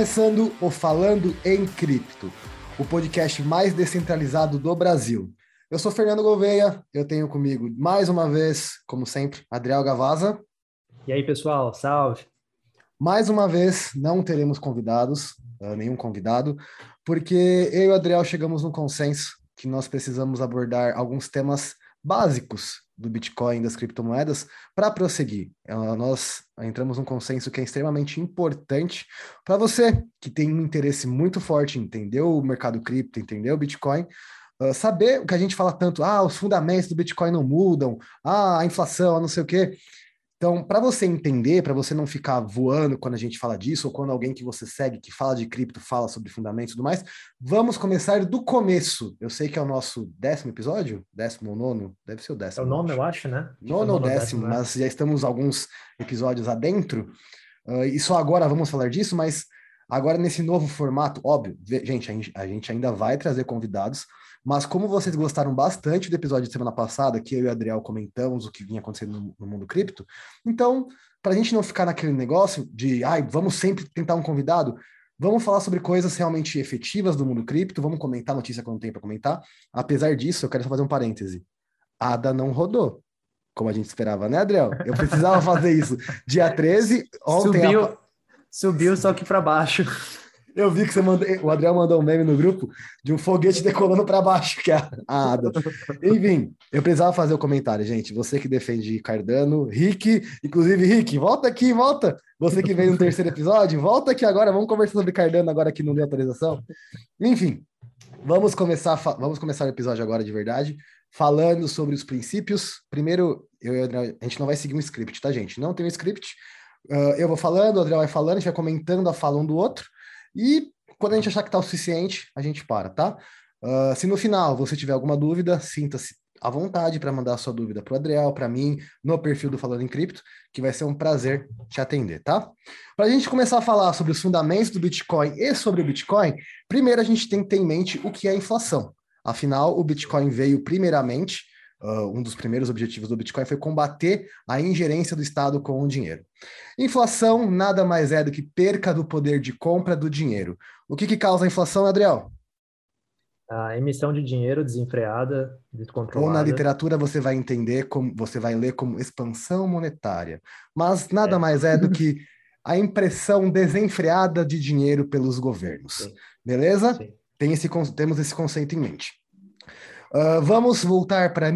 começando o Falando em Cripto, o podcast mais descentralizado do Brasil. Eu sou Fernando Gouveia, eu tenho comigo, mais uma vez, como sempre, Adriel Gavazza. E aí, pessoal, salve! Mais uma vez, não teremos convidados, nenhum convidado, porque eu e o Adriel chegamos num consenso que nós precisamos abordar alguns temas básicos do Bitcoin, das criptomoedas, para prosseguir. Nós entramos num consenso que é extremamente importante para você que tem um interesse muito forte em entender o mercado cripto, entender o Bitcoin, saber o que a gente fala tanto, os fundamentos do Bitcoin não mudam, a inflação, não sei o quê. Então, para você entender, para você não ficar voando quando a gente fala disso, ou quando alguém que você segue, que fala de cripto, fala sobre fundamentos e tudo mais, vamos começar do começo. Eu sei que é o nosso 10º episódio, 10º ou 9º, deve ser o 10º. É o nono, eu acho, né? Nono ou 10º, né? mas já estamos alguns episódios adentro, e só agora vamos falar disso, mas agora nesse novo formato, óbvio, gente, a gente ainda vai trazer convidados, mas como vocês gostaram bastante do episódio de semana passada, que eu e o Adriel comentamos o que vinha acontecendo no mundo cripto, então, para a gente não ficar naquele negócio de, vamos sempre tentar um convidado, vamos falar sobre coisas realmente efetivas do mundo cripto, vamos comentar notícia quando tem para comentar. Apesar disso, eu quero só fazer um parêntese. ADA não rodou, como a gente esperava, né, Adriel? Eu precisava fazer isso. Dia 13, ontem... Subiu só que para baixo. Eu vi que o Adriel mandou um meme no grupo de um foguete decolando para baixo, que é a ADA. Enfim, eu precisava fazer o comentário, gente. Você que defende Cardano, Rick, inclusive, Rick, volta aqui, volta. Você que veio no terceiro episódio, volta aqui agora, vamos conversar sobre Cardano agora que não deu autorização. Enfim, vamos começar o episódio agora de verdade, falando sobre os princípios. Primeiro, eu e o Adriel, a gente não vai seguir um script, tá, gente? Não tem um script. Eu vou falando, o Adriel vai falando, a gente vai comentando a fala um do outro. E quando a gente achar que está o suficiente, a gente para, tá? Se no final você tiver alguma dúvida, sinta-se à vontade para mandar a sua dúvida para o Adriel, para mim, no perfil do Falando em Cripto, que vai ser um prazer te atender, tá? Para a gente começar a falar sobre os fundamentos do Bitcoin e sobre o Bitcoin, primeiro a gente tem que ter em mente o que é inflação. Afinal, o Bitcoin veio primeiramente, um dos primeiros objetivos do Bitcoin foi combater a ingerência do Estado com o dinheiro. Inflação nada mais é do que perca do poder de compra do dinheiro. O que causa a inflação, Adriel? A emissão de dinheiro desenfreada, descontrolada. Ou na literatura você vai entender, você vai ler como expansão monetária. Mas nada mais é do que a impressão desenfreada de dinheiro pelos governos. Sim. Beleza? Sim. Temos esse conceito em mente. Vamos voltar para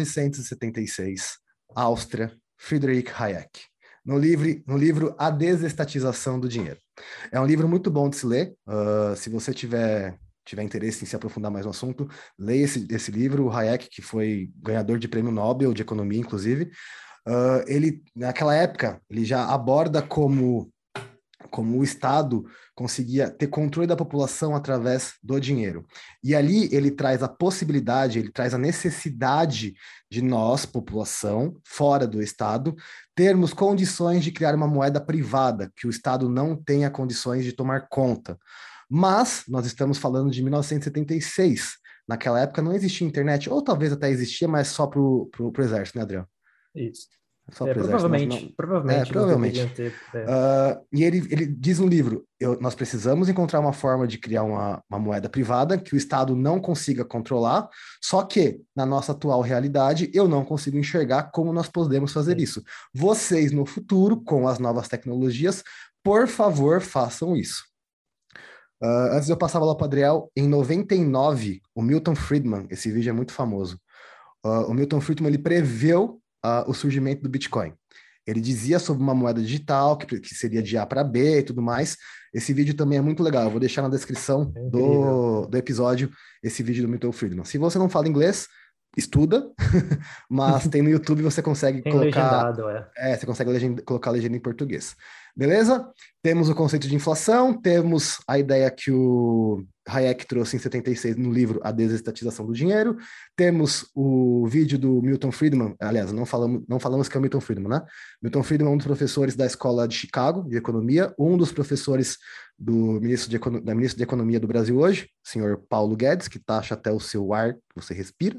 1976, Áustria, Friedrich Hayek. No livro A Desestatização do Dinheiro. É um livro muito bom de se ler. Se você tiver interesse em se aprofundar mais no assunto, leia esse livro. O Hayek, que foi ganhador de prêmio Nobel de Economia, inclusive, ele, naquela época, ele já aborda como o Estado conseguia ter controle da população através do dinheiro. E ali ele traz a possibilidade, ele traz a necessidade de nós, população, fora do Estado, termos condições de criar uma moeda privada, que o Estado não tenha condições de tomar conta. Mas nós estamos falando de 1976. Naquela época não existia internet, ou talvez até existia, mas só para o exército, né, Adriel? Isso. Provavelmente. Provavelmente. Ter, e ele diz no livro, nós precisamos encontrar uma forma de criar uma moeda privada que o Estado não consiga controlar, só que, na nossa atual realidade, eu não consigo enxergar como nós podemos fazer isso. Vocês, no futuro, com as novas tecnologias, por favor, façam isso. Antes de eu passar a bola para o Adriel, em 99, o Milton Friedman, esse vídeo é muito famoso, o Milton Friedman, ele preveu o surgimento do Bitcoin. Ele dizia sobre uma moeda digital, que seria de A para B e tudo mais. Esse vídeo também é muito legal. Eu vou deixar na descrição do episódio esse vídeo do Milton Friedman. Se você não fala inglês, estuda, mas tem no YouTube, você consegue colocar... legendado, você consegue colocar a legenda em português. Beleza? Temos o conceito de inflação, temos a ideia que o Hayek trouxe em 76 no livro A Desestatização do Dinheiro, temos o vídeo do Milton Friedman, aliás, não falamos que é o Milton Friedman, né? Milton Friedman é um dos professores da Escola de Chicago, de Economia, um dos professores da ministra de Economia do Brasil hoje, o senhor Paulo Guedes, que taxa até o seu ar que você respira.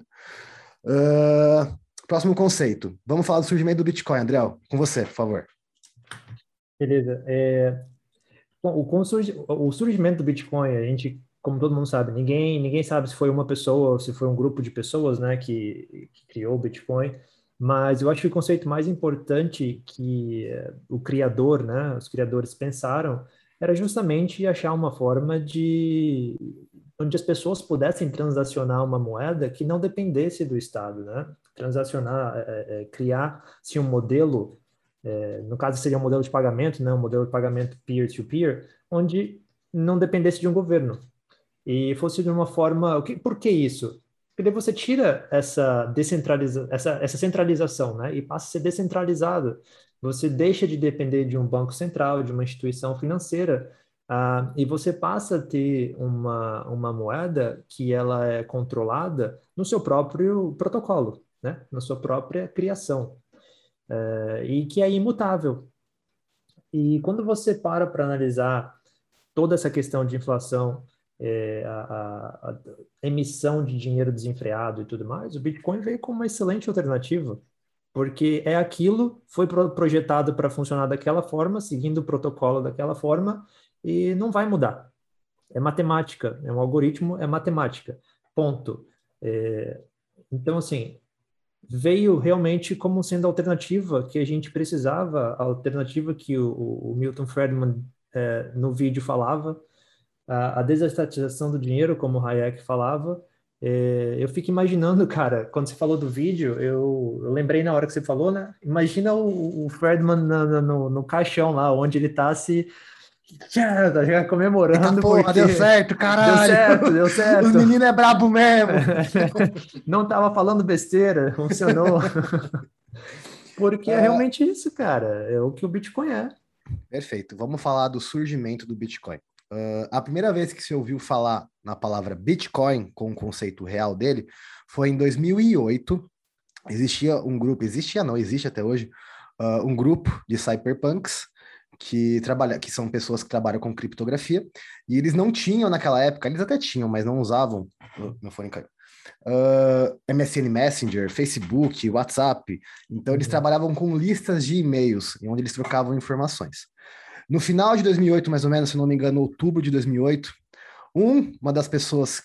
Próximo conceito. Vamos falar do surgimento do Bitcoin, Adriel. Com você, por favor. Beleza. o surgimento do Bitcoin, a gente, como todo mundo sabe, ninguém sabe se foi uma pessoa ou se foi um grupo de pessoas, né, que criou o Bitcoin, mas eu acho que o conceito mais importante que o criador, né, os criadores pensaram era justamente achar uma forma de onde as pessoas pudessem transacionar uma moeda que não dependesse do Estado, né? Transacionar, criar-se um modelo, no caso seria um modelo de pagamento, né? Um modelo de pagamento peer-to-peer, onde não dependesse de um governo e fosse de uma forma. Por que isso? Porque daí você tira essa centralização, né? E passa a ser descentralizado. Você deixa de depender de um banco central, de uma instituição financeira, e você passa a ter uma moeda que ela é controlada no seu próprio protocolo, né? Na sua própria criação, e que é imutável. E quando você para analisar toda essa questão de inflação, a emissão de dinheiro desenfreado e tudo mais, o Bitcoin veio como uma excelente alternativa, porque é aquilo, foi projetado para funcionar daquela forma, seguindo o protocolo daquela forma, e não vai mudar. É matemática, é um algoritmo, é matemática. Ponto. Então, assim, veio realmente como sendo a alternativa que a gente precisava, a alternativa que o Milton Friedman no vídeo falava, a desestatização do dinheiro, como o Hayek falava. Eu fico imaginando, cara, quando você falou do vídeo, eu lembrei na hora que você falou, né? Imagina o Friedman no caixão lá, onde ele tá se tá já Eita comemorando porra, deu porque certo, deu caralho! certo, deu O certo. menino é brabo mesmo! Não tava falando besteira, funcionou. Porque é Ah, realmente isso, cara. É o que o Bitcoin é. perfeito, vamos falar do surgimento do Bitcoin. A primeira vez que se ouviu falar na palavra Bitcoin, com o conceito real dele, foi em 2008. Existia um grupo, existia não, existe até hoje, um grupo de cyberpunks que são pessoas que trabalham com criptografia, e eles não tinham naquela época, eles até tinham, mas não usavam, meu fone caiu, MSN Messenger, Facebook, WhatsApp. Então eles Uhum. trabalhavam com listas de e-mails, onde eles trocavam informações. No final de 2008, mais ou menos, se não me engano, outubro de 2008, uma das pessoas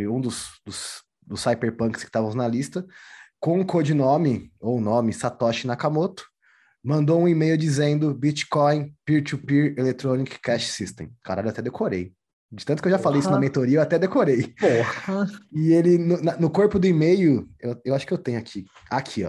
dos cyberpunks que estavam na lista, com o codinome ou nome Satoshi Nakamoto, mandou um e-mail dizendo Bitcoin Peer-to-Peer Electronic Cash System. Caralho, eu até decorei. De tanto que eu já falei isso na Porra, mentoria, eu até decorei. porra. E ele, no corpo do e-mail, eu acho que eu tenho aqui. Aqui, ó.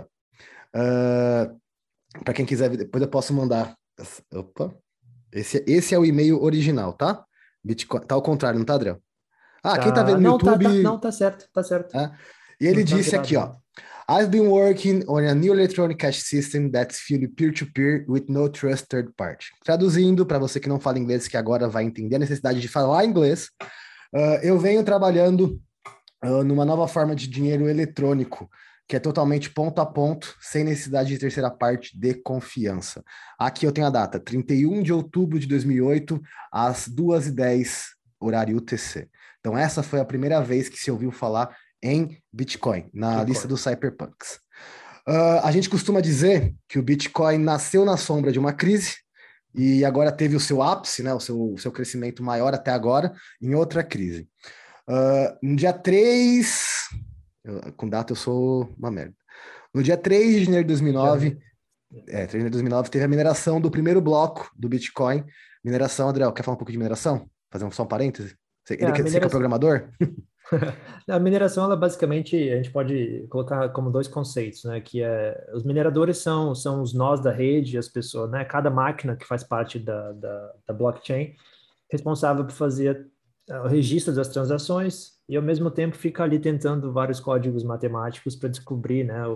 Para quem quiser ver, depois eu posso mandar. Opa. Esse é o e-mail original, tá? Bitcoin, tá ao contrário, não tá, Adriel? Ah, quem tá Tá, vendo no não, YouTube. não, tá certo, tá certo. É? E Não ele tá disse virado, aqui, ó. não. I've been working on a new electronic cash system that's fully peer-to-peer with no trust third party. Traduzindo, para você que não fala inglês, que agora vai entender a necessidade de falar inglês, eu venho trabalhando numa nova forma de dinheiro eletrônico, que é totalmente ponto a ponto, sem necessidade de terceira parte de confiança. Aqui eu tenho a data, 31 de outubro de 2008, às 2h10, horário UTC. Então essa foi a primeira vez que se ouviu falar em Bitcoin, na lista Bitcoin. dos cyberpunks. A gente costuma dizer que o Bitcoin nasceu na sombra de uma crise e agora teve o seu ápice, né, o seu crescimento maior até agora, em outra crise. No dia 3, com data eu sou uma merda. No dia 3 de janeiro de 2009, Janeiro. 3 de janeiro de 2009, teve a mineração do primeiro bloco do Bitcoin. Mineração, Adriel, quer falar um pouco de mineração? Fazer só um parêntese? É, Você que é programador? a mineração, ela basicamente, a gente pode colocar como dois conceitos, né? Que é, os mineradores são os nós da rede, as pessoas, né? Cada máquina que faz parte da blockchain, responsável por fazer o registro das transações e, ao mesmo tempo, fica ali tentando vários códigos matemáticos para descobrir, né?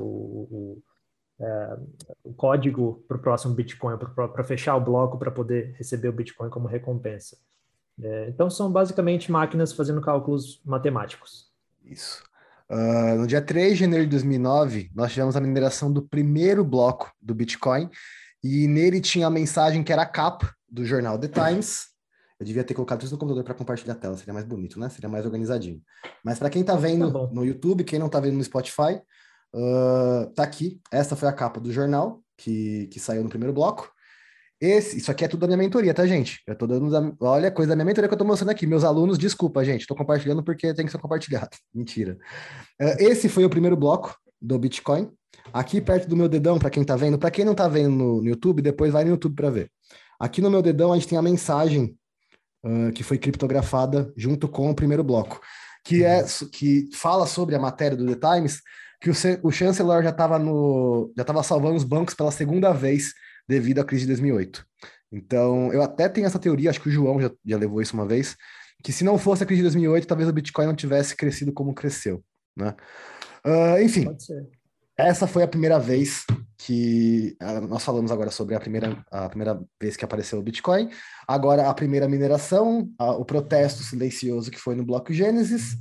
O código para o próximo Bitcoin, para fechar o bloco para poder receber o Bitcoin como recompensa. Então, são basicamente máquinas fazendo cálculos matemáticos. Isso. No dia 3 de janeiro de 2009, nós tivemos a mineração do primeiro bloco do Bitcoin, e nele tinha a mensagem que era a capa do jornal The Times. Eu devia ter colocado isso no computador para compartilhar a tela, seria mais bonito, né? Seria mais organizadinho. Mas para quem está Tá vendo bom. no YouTube, quem não está vendo no Spotify, tá aqui. Essa foi a capa do jornal que saiu no primeiro bloco. Isso aqui é tudo da minha mentoria, tá, gente? Eu tô dando, olha, coisa da minha mentoria que eu tô mostrando aqui. Meus alunos, desculpa, gente, tô compartilhando porque tem que ser compartilhado. Mentira. Esse foi o primeiro bloco do Bitcoin. Aqui perto do meu dedão, para quem tá vendo, para quem não tá vendo no YouTube, depois vai no YouTube para ver. Aqui no meu dedão a gente tem a mensagem que foi criptografada junto com o primeiro bloco, que fala sobre a matéria do The Times, que o Chancellor já estava salvando os bancos pela segunda vez devido à crise de 2008. Então, eu até tenho essa teoria, acho que o João já levou isso uma vez, que se não fosse a crise de 2008, talvez o Bitcoin não tivesse crescido como cresceu, né? Enfim, Pode ser. essa foi a primeira vez que nós falamos agora sobre a primeira vez que apareceu o Bitcoin. Agora a primeira mineração, o protesto silencioso que foi no bloco Gênesis.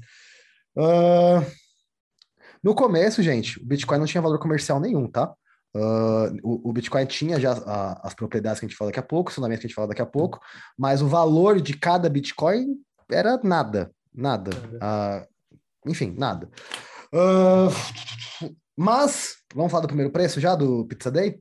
No começo, gente, o Bitcoin não tinha valor comercial nenhum, tá? O Bitcoin tinha já as propriedades que a gente fala daqui a pouco, os fundamentos que a gente fala daqui a pouco, mas o valor de cada Bitcoin era nada. Enfim, nada. Mas, vamos falar do primeiro preço já, do Pizza Day?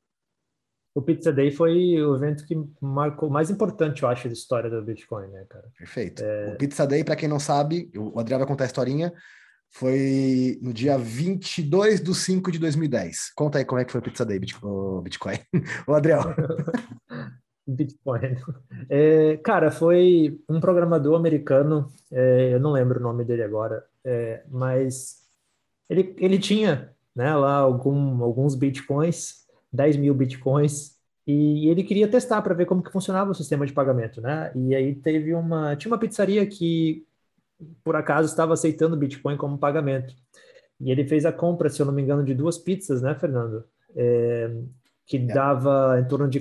O Pizza Day foi o evento que marcou mais importante, eu acho, da história do Bitcoin, né, cara? Perfeito. O Pizza Day, para quem não sabe, o Adriano vai contar a historinha, foi no dia 22/5/2010. Conta aí como é que foi o Pizza Day, o Bitcoin. O Adriano. Bitcoin. Cara, foi um programador americano, eu não lembro o nome dele agora, mas ele tinha, né, lá alguns bitcoins, 10 mil bitcoins, e ele queria testar para ver como que funcionava o sistema de pagamento, né? E aí tinha uma pizzaria que, por acaso, estava aceitando Bitcoin como pagamento. E ele fez a compra, se eu não me engano, de 2 pizzas, né, Fernando? Que dava em torno de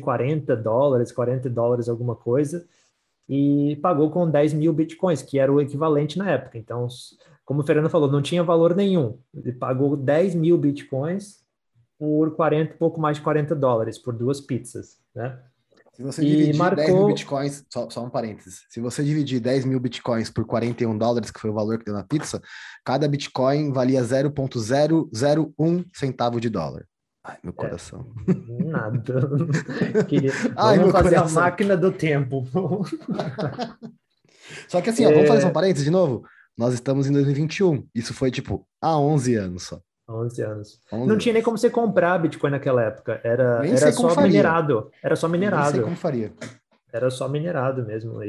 $40, alguma coisa, e pagou com 10 mil bitcoins, que era o equivalente na época. Então, como o Fernando falou, não tinha valor nenhum. Ele pagou 10 mil bitcoins por pouco mais de $40 por 2 pizzas, né? Se você E dividir 10 mil marcou. bitcoins, só um parênteses, se você dividir 10 mil bitcoins por $41, que foi o valor que deu na pizza, cada bitcoin valia 0,001 centavo de dólar. Ai, meu coração. Nada. Ai, Vamos meu fazer a coração. máquina do tempo. Só que assim, ó, vamos fazer um parênteses de novo? Nós estamos em 2021. Isso foi, tipo, há 11 anos só. 11 anos. 11 Não tinha nem anos. como você comprar Bitcoin naquela época. Era, Nem era sei como só faria. minerado. Era só Nem sei minerado. como faria. Era só minerado mesmo.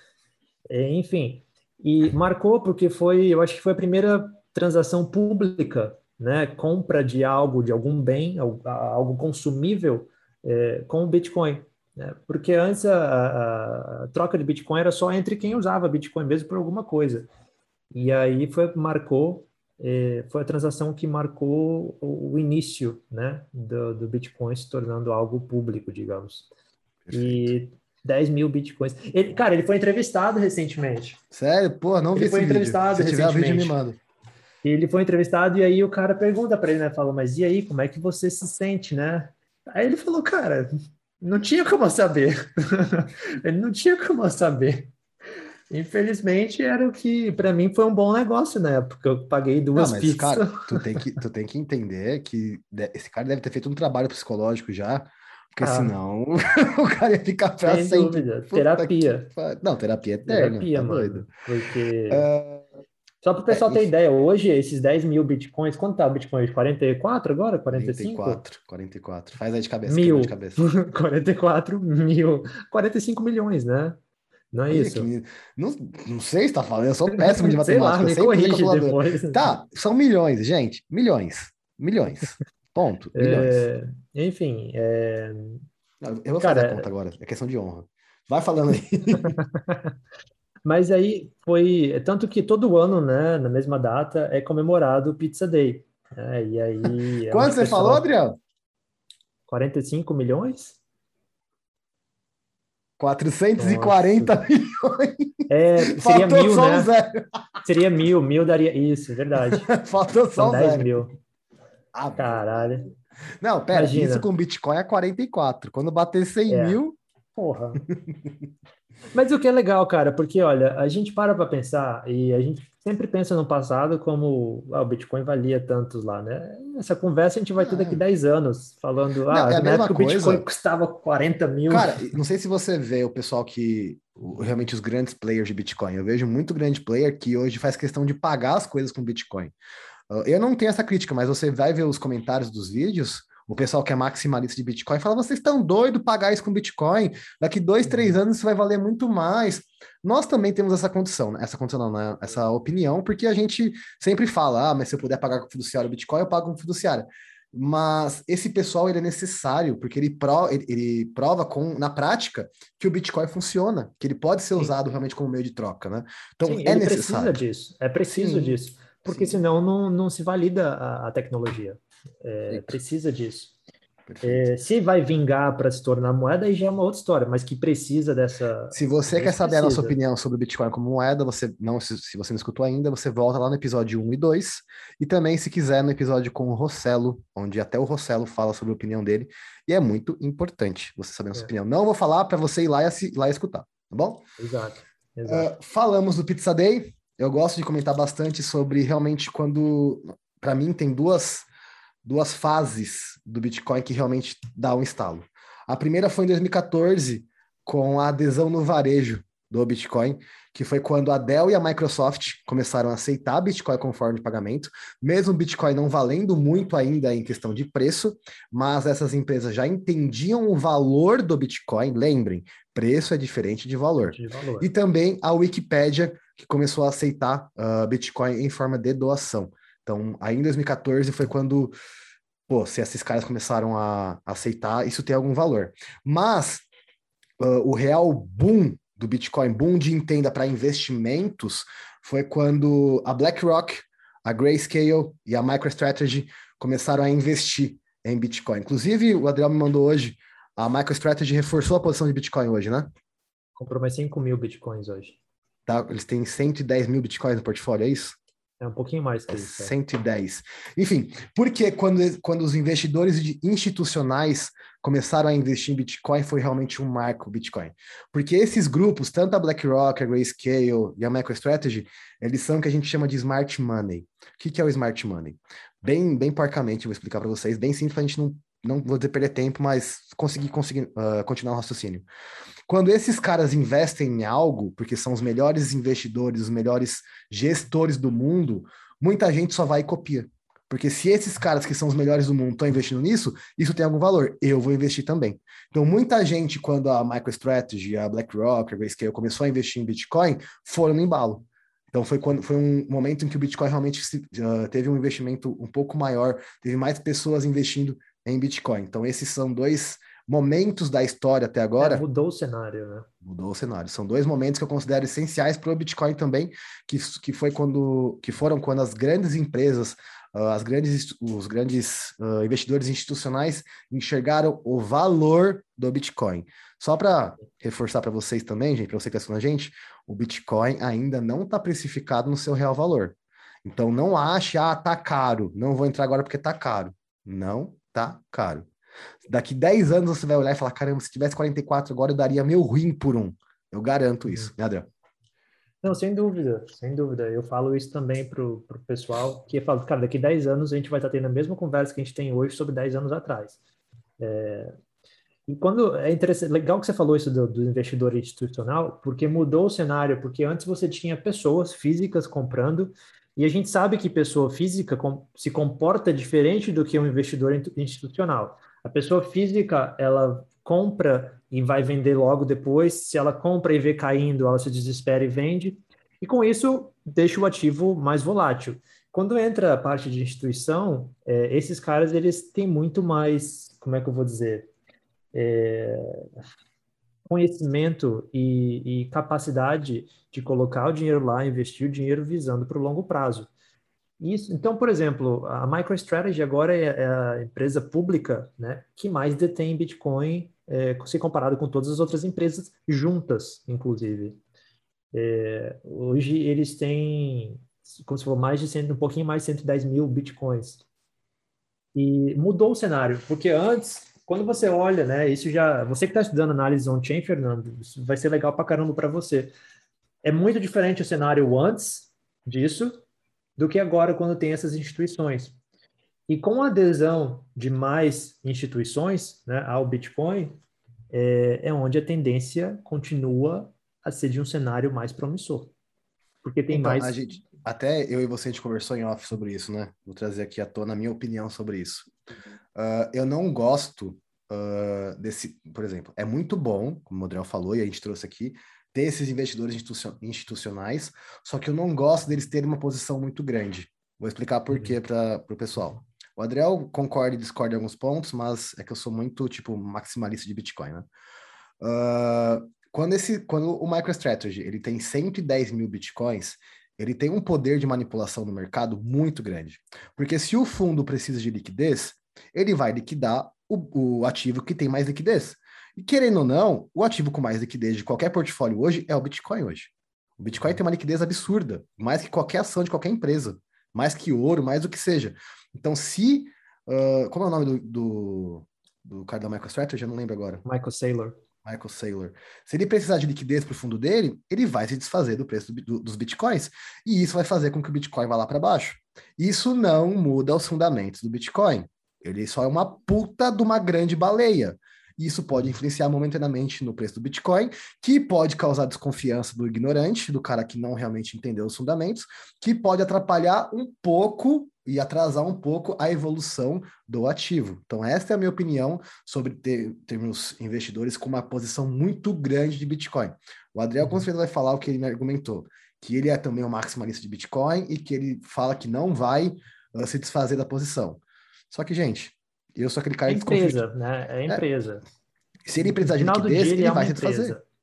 Enfim. E marcou porque eu acho que foi a primeira transação pública, né? Compra de algo, de algum bem, algo consumível, com o Bitcoin. Né? Porque antes a troca de Bitcoin era só entre quem usava Bitcoin mesmo por alguma coisa. E aí foi a transação que marcou o início, né, do Bitcoin se tornando algo público, digamos. Perfeito. E 10 mil Bitcoins. Cara, ele foi entrevistado recentemente. Sério? Pô, não vi Ele foi esse vídeo. entrevistado Se tiver o vídeo, me recentemente. manda. Ele foi entrevistado e aí o cara pergunta para ele, né, fala, mas e aí, como é que você se sente, né? Aí ele falou, cara, não tinha como eu saber. Ele não tinha como eu saber. Infelizmente, era o que, para mim, foi um bom negócio na época. Eu paguei Não, duas mas, pizzas. cara, tu tem que entender que esse cara deve ter feito um trabalho psicológico já, porque Ah, senão o cara ia ficar pra sem sempre. dúvida. Puta que Terapia. Não, terapia eterna, Terapia, tá doido. mano. Porque. É, Só para o pessoal ter enfim, ideia, hoje, esses 10 mil bitcoins, quanto tá o Bitcoin? 44 agora? 45? 44. Faz aí de cabeça, quebrou de Mil. cabeça. 44 mil. 45 milhões, né? Não é Olha que isso? menino. Não, não sei se tá falando, eu sou péssimo de Sei lá, matemática, eu me sempre usei corrige calculadora. depois. Tá, são milhões, gente. Milhões. Milhões. Ponto. Milhões. Enfim, Não, eu vou fazer a conta cara, agora, é questão de honra. Vai falando aí. mas aí foi. Tanto que todo ano, né, na mesma data, é comemorado o Pizza Day. Né? E aí é onde Quanto o você falou, pessoal. Adriano? 45 milhões? 440 Nossa. milhões. Seria Faltou mil, só um né? zero. Seria mil daria. Isso, verdade. Faltou São só um 10 zero. mil. Ave Caralho. Maria. Não, pera, isso Imagina. com Bitcoin é 44. Quando bater 100 É. mil, Porra. Mas o que é legal, cara, porque olha, a gente para pensar e a gente sempre pensa no passado como o Bitcoin valia tantos lá, né? Essa conversa a gente vai ter daqui É. 10 anos, falando, Não, é a na mesma época o Bitcoin coisa. custava 40 mil. Cara, não sei se você vê o pessoal realmente os grandes players de Bitcoin. Eu vejo muito grande player que hoje faz questão de pagar as coisas com Bitcoin. Eu não tenho essa crítica, mas você vai ver os comentários dos vídeos, o pessoal que é maximalista de Bitcoin fala: vocês estão doidos pagar isso com Bitcoin? Daqui 2, 3 anos isso vai valer muito mais. Nós também temos essa condição, né? Essa condição não, né? Essa opinião, porque a gente sempre fala: mas se eu puder pagar com fiduciário o Bitcoin, eu pago com fiduciário. Mas esse pessoal ele é necessário, porque ele prova na prática que o Bitcoin funciona, que ele pode ser Sim, usado realmente como meio de troca, né? Então sim, é ele precisa necessário. disso, é preciso Sim, disso, porque sim, senão não se valida a tecnologia. É, perfeito, precisa disso. perfeito. Se vai vingar para se tornar moeda, aí já é uma outra história, mas que precisa Se você quer disso, saber a nossa precisa. opinião sobre o Bitcoin como moeda, se você não escutou ainda, você volta lá no episódio 1 e 2. E também, se quiser, no episódio com o Rossello, onde até o Rossello fala sobre a opinião dele. E é muito importante você saber a nossa É, opinião. Não vou falar para você ir lá lá e escutar, tá bom? exato, exato. Falamos do Pizza Day. Eu gosto de comentar bastante sobre realmente quando. Para mim, tem duas fases do Bitcoin que realmente dá um estalo. A primeira foi em 2014, com a adesão no varejo do Bitcoin, que foi quando a Dell e a Microsoft começaram a aceitar Bitcoin como forma de pagamento, mesmo o Bitcoin não valendo muito ainda em questão de preço, mas essas empresas já entendiam o valor do Bitcoin, lembrem, preço é diferente de valor. De E valor. também a Wikipédia, que começou a aceitar Bitcoin em forma de doação. Então, aí em 2014 foi quando, pô, se esses caras começaram a aceitar, isso tem algum valor. Mas o real boom do Bitcoin, boom de entenda para investimentos, foi quando a BlackRock, a Grayscale e a MicroStrategy começaram a investir em Bitcoin. Inclusive, o Adriel me mandou hoje, a MicroStrategy reforçou a posição de Bitcoin hoje, né? Comprou mais 5 mil bitcoins hoje. Tá? Eles têm 110 mil Bitcoins no portfólio, é isso? É um pouquinho mais É que isso. 110. Enfim, porque quando os investidores institucionais começaram a investir em Bitcoin, foi realmente um marco o Bitcoin. Porque esses grupos, tanto a BlackRock, a Grayscale e a MicroStrategy, eles são o que a gente chama de smart money. O que é o smart money? Bem porcamente, eu vou explicar para vocês, bem simples, para a gente não vou dizer perder tempo, mas conseguir continuar o raciocínio. Quando esses caras investem em algo, porque são os melhores investidores, os melhores gestores do mundo, muita gente só vai e copia. Porque se esses caras que são os melhores do mundo estão investindo nisso, isso tem algum valor. Eu vou investir também. Então, muita gente, quando a MicroStrategy, a BlackRock, a Grayscale começou a investir em Bitcoin, foram no embalo. Então, foi um momento em que o Bitcoin realmente teve um investimento um pouco maior, teve mais pessoas investindo em Bitcoin. Então, esses são dois momentos da história até É, agora. mudou o cenário, né? Mudou o cenário. São dois momentos que eu considero essenciais para o Bitcoin também, que foram quando as grandes empresas, os grandes investidores institucionais enxergaram o valor do Bitcoin. Só para reforçar para vocês também, gente, para você que está assistindo a gente, o Bitcoin ainda não está precificado no seu real valor. Então não ache, tá caro, não vou entrar agora porque tá caro. Não tá caro. Daqui 10 anos você vai olhar e falar: caramba, se tivesse 44 agora, eu daria meu rim por um. Eu garanto isso, Uhum. né, Adriel? Não, sem dúvida, sem dúvida. Eu falo isso também pro pessoal, que eu falo, cara, daqui 10 anos a gente vai estar tendo a mesma conversa que a gente tem hoje sobre 10 anos atrás. E quando é interessante, legal que você falou isso do investidor institucional, porque mudou o cenário, porque antes você tinha pessoas físicas comprando, e a gente sabe que pessoa física se comporta diferente do que um investidor institucional. A pessoa física, ela compra e vai vender logo depois, se ela compra e vê caindo, ela se desespera e vende, e com isso deixa o ativo mais volátil. Quando entra a parte de instituição, esses caras, eles têm muito mais, como é que eu vou dizer? Conhecimento e capacidade de colocar o dinheiro lá, investir o dinheiro visando para o longo prazo. Isso, então, por exemplo, a MicroStrategy agora é a empresa pública, né, que mais detém Bitcoin, se comparado com todas as outras empresas juntas, inclusive. Hoje eles têm, como se for, mais de 100, um pouquinho mais de 110 mil Bitcoins. E mudou o cenário, porque antes quando você olha, né, isso já, você que está estudando análise on-chain, Fernando, isso vai ser legal pra caramba para você. É muito diferente o cenário antes disso do que agora quando tem essas instituições. E com a adesão de mais instituições, né, ao Bitcoin, é onde a tendência continua a ser de um cenário mais promissor, porque tem Então, mais. até eu e você, a gente conversou em off sobre isso, né? Vou trazer aqui à tona a minha opinião sobre isso. Eu não gosto desse, por exemplo, é muito bom, como o Adriel falou, e a gente trouxe aqui, ter esses investidores institucionais, só que eu não gosto deles terem uma posição muito grande. Vou explicar por quê para o pessoal. O Adriel concorda e discorda em alguns pontos, mas é que eu sou muito, tipo, maximalista de Bitcoin, né? Quando o MicroStrategy ele tem 110 mil Bitcoins, ele tem um poder de manipulação no mercado muito grande. Porque se o fundo precisa de liquidez, ele vai liquidar o ativo que tem mais liquidez. E querendo ou não, o ativo com mais liquidez de qualquer portfólio hoje é o Bitcoin hoje. O Bitcoin tem uma liquidez absurda, mais que qualquer ação de qualquer empresa, mais que ouro, mais do que seja. Então, se... como é o nome do cara da MicroStrategy? Eu não lembro agora. Michael Saylor. Michael Saylor. Se ele precisar de liquidez para o fundo dele, ele vai se desfazer do preço dos bitcoins. E isso vai fazer com que o Bitcoin vá lá para baixo. Isso não muda os fundamentos do Bitcoin. Ele só é uma puta de uma grande baleia. E isso pode influenciar momentaneamente no preço do Bitcoin, que pode causar desconfiança do ignorante, do cara que não realmente entendeu os fundamentos, que pode atrapalhar um pouco e atrasar um pouco a evolução do ativo. Então, essa é a minha opinião sobre termos investidores com uma posição muito grande de Bitcoin. O Adriel com certeza vai falar o que ele me argumentou, que ele é também um maximalista de Bitcoin e que ele fala que não vai se desfazer da posição. Só que, gente, eu sou aquele cara É que desconfia. empresa, né? É empresa. Se ele precisar No de final do liquidez, dia, ele ele é vai uma se desfazer. empresa.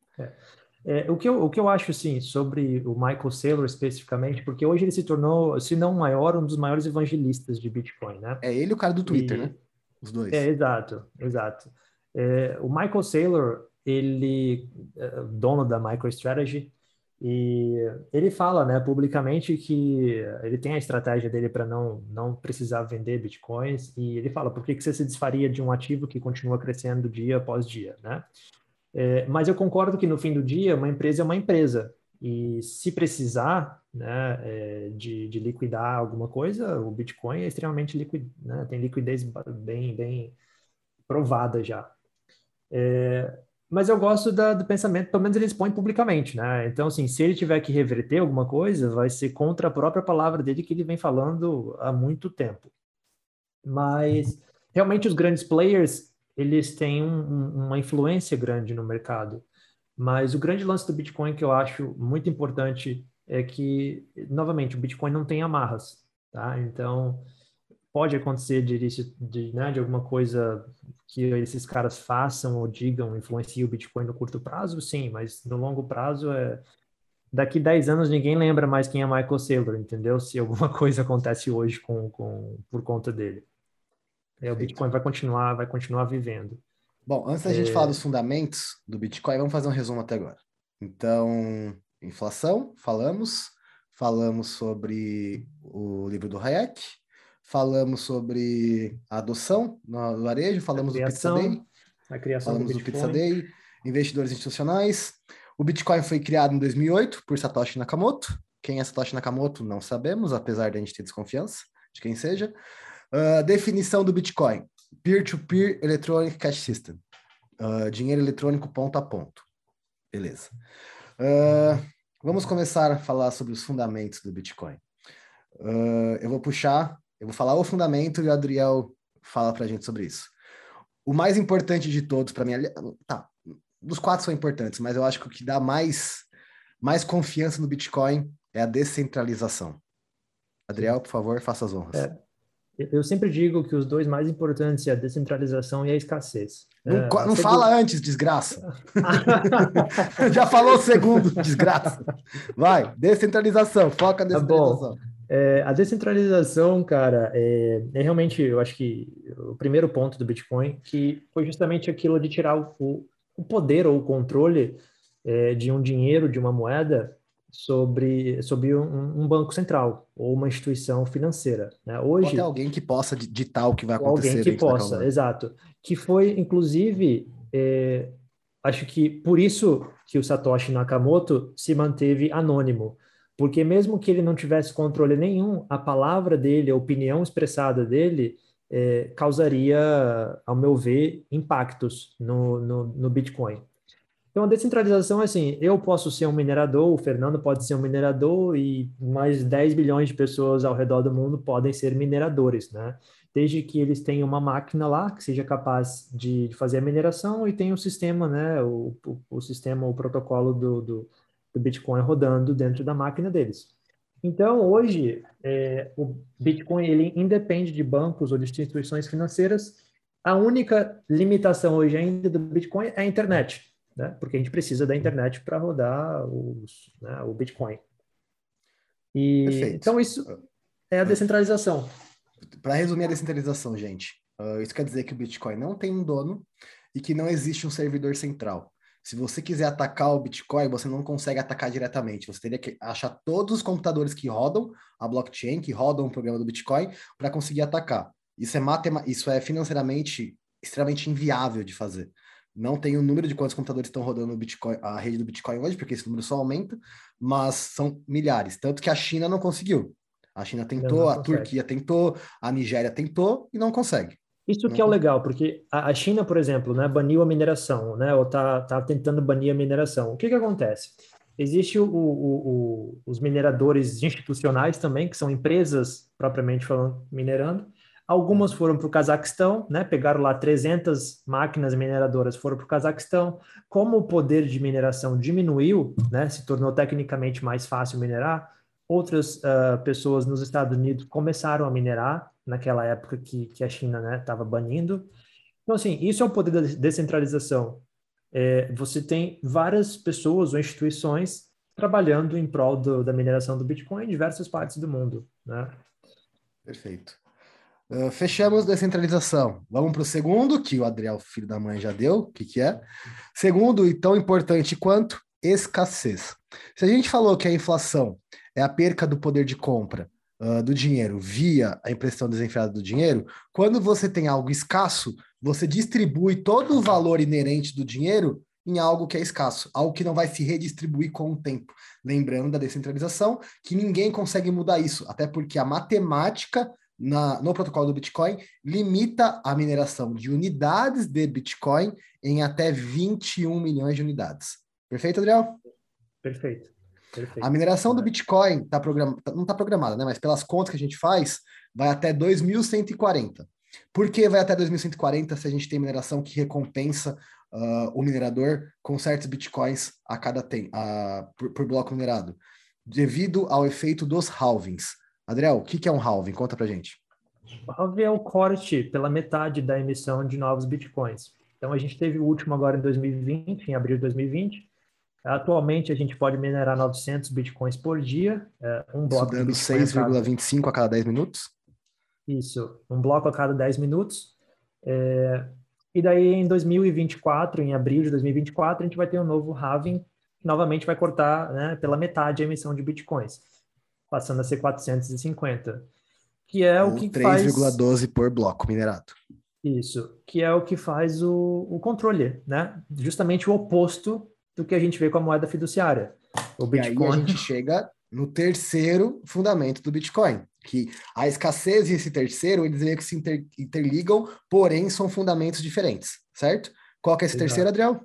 O que eu acho, assim, sobre o Michael Saylor especificamente, porque hoje ele se tornou, se não o maior, um dos maiores evangelistas de Bitcoin, né? É ele e o cara do Twitter, né? E, Os dois. exato, exato. O Michael Saylor, ele é dono da MicroStrategy, e ele fala, né, publicamente que ele tem a estratégia dele para não precisar vender bitcoins, e ele fala, por que que você se desfaria de um ativo que continua crescendo dia após dia, né? Mas eu concordo que no fim do dia, uma empresa é uma empresa, e se precisar, né, de liquidar alguma coisa, o Bitcoin é extremamente líquido, né, tem liquidez bem provada já. Mas eu gosto do pensamento, pelo menos ele expõe publicamente, né? Então, assim, se ele tiver que reverter alguma coisa, vai ser contra a própria palavra dele que ele vem falando há muito tempo. Mas, realmente, os grandes players, eles têm uma influência grande no mercado. Mas o grande lance do Bitcoin que eu acho muito importante é que, novamente, o Bitcoin não tem amarras, tá? Então, pode acontecer de alguma coisa que esses caras façam ou digam influencie o Bitcoin no curto prazo, sim, mas no longo prazo daqui 10 anos ninguém lembra mais quem é Michael Saylor, entendeu? Se alguma coisa acontece hoje por conta dele. O Perfeito. Bitcoin vai continuar vivendo. Bom, antes da gente falar dos fundamentos do Bitcoin, vamos fazer um resumo até agora. Então, inflação, falamos sobre o livro do Hayek, falamos sobre a adoção no varejo, falamos do Pizza Day, A criação do falamos do Pizza Bitcoin. Day, investidores institucionais. O Bitcoin foi criado em 2008 por Satoshi Nakamoto. Quem é Satoshi Nakamoto? Não sabemos, apesar de a gente ter desconfiança de quem seja. Definição do Bitcoin: Peer-to-Peer Electronic Cash System. Dinheiro eletrônico ponto a ponto. Beleza. Vamos começar a falar sobre os fundamentos do Bitcoin. Eu vou falar o fundamento e o Adriel fala pra gente sobre isso. O mais importante de todos para mim, tá, os quatro são importantes, mas eu acho que o que dá mais confiança no Bitcoin é a descentralização. Adriel, por favor, faça as honras. Eu sempre digo que os dois mais importantes é a descentralização e a escassez. Não fala antes, desgraça. Já falou o segundo, desgraça. Vai, descentralização, foca na descentralização. Tá bom. A descentralização, cara, é realmente, eu acho que o primeiro ponto do Bitcoin, que foi justamente aquilo de tirar o poder ou o controle de um dinheiro, de uma moeda, sobre um banco central ou uma instituição financeira, né? Ou até Hoje, alguém que possa ditar o que vai ou alguém acontecer que dentro daquela possa, banca. exato. Que foi, inclusive, acho que por isso que o Satoshi Nakamoto se manteve anônimo, porque mesmo que ele não tivesse controle nenhum, a palavra dele, a opinião expressada dele, causaria, ao meu ver, impactos no Bitcoin. Então, a descentralização é assim, eu posso ser um minerador, o Fernando pode ser um minerador e mais 10 bilhões de pessoas ao redor do mundo podem ser mineradores, né? Desde que eles tenham uma máquina lá que seja capaz de fazer a mineração e tenha o sistema, né? O sistema, o protocolo do Bitcoin rodando dentro da máquina deles. Então, hoje, o Bitcoin, ele independe de bancos ou de instituições financeiras. A única limitação hoje ainda do Bitcoin é a internet, né? Porque a gente precisa da internet para rodar né, o Bitcoin. E Perfeito. então isso é a descentralização. Para resumir a descentralização, gente, isso quer dizer que o Bitcoin não tem um dono e que não existe um servidor central. Se você quiser atacar o Bitcoin, você não consegue atacar diretamente. Você teria que achar todos os computadores que rodam a blockchain, que rodam o programa do Bitcoin, para conseguir atacar. Isso é financeiramente extremamente inviável de fazer. Não tem o número de quantos computadores estão rodando o Bitcoin, a rede do Bitcoin hoje, porque esse número só aumenta, mas são milhares. Tanto que a China não conseguiu. A China Não, tentou, não a consegue. Turquia tentou, a Nigéria tentou e não consegue. Isso Não que é o consegue. legal, porque a China, por exemplo, né, baniu a mineração, né, ou tá tentando banir a mineração. O que que acontece? Existe os mineradores institucionais também, que são empresas propriamente falando, minerando. Algumas Uhum. foram para o Cazaquistão, né, pegaram lá 300 máquinas mineradoras, foram para o Cazaquistão. Como o poder de mineração diminuiu, né, se tornou tecnicamente mais fácil minerar, outras pessoas nos Estados Unidos começaram a minerar naquela época que a China, né, estava banindo. Então, assim, isso é o poder da descentralização. Você tem várias pessoas ou instituições trabalhando em prol da mineração do Bitcoin em diversas partes do mundo, né? Perfeito. Fechamos descentralização. Vamos para o segundo, que o Adriel, filho da mãe, já deu. O que, que é? Segundo, e tão importante quanto, escassez. Se a gente falou que a inflação é a perca do poder de compra do dinheiro via a impressão desenfreada do dinheiro, quando você tem algo escasso, você distribui todo o valor inerente do dinheiro em algo que é escasso, algo que não vai se redistribuir com o tempo. Lembrando da descentralização, que ninguém consegue mudar isso, até porque a matemática no protocolo do Bitcoin limita a mineração de unidades de Bitcoin em até 21 milhões de unidades. Perfeito, Adriel? Perfeito, A perfeito. mineração do Bitcoin não está programada, né? Mas pelas contas que a gente faz, vai até 2140. Por que vai até 2140 se a gente tem mineração que recompensa o minerador com certos bitcoins a por bloco minerado? Devido ao efeito dos halvings. Adriel, o que é um halving? Conta pra gente. O halving é o corte pela metade da emissão de novos bitcoins. Então, a gente teve o último agora em 2020, em abril de 2020. Atualmente, a gente pode minerar 900 bitcoins por dia, um Isso bloco de dando bitcoin a cada... 6,25 a cada 10 minutos? Isso, um bloco a cada 10 minutos. E daí, em 2024, em abril de 2024, a gente vai ter um novo halving, que novamente vai cortar, né, pela metade a emissão de bitcoins, passando a ser 450, que é o Ou que faz 3,12 por bloco minerado. isso, que é o que faz o controle, né? Justamente o oposto do que a gente vê com a moeda fiduciária. O E aí a Bitcoin, gente chega no terceiro fundamento do Bitcoin, que a escassez e esse terceiro, eles meio que se interligam, porém são fundamentos diferentes, certo? Qual que é esse terceiro, exato, Adriel?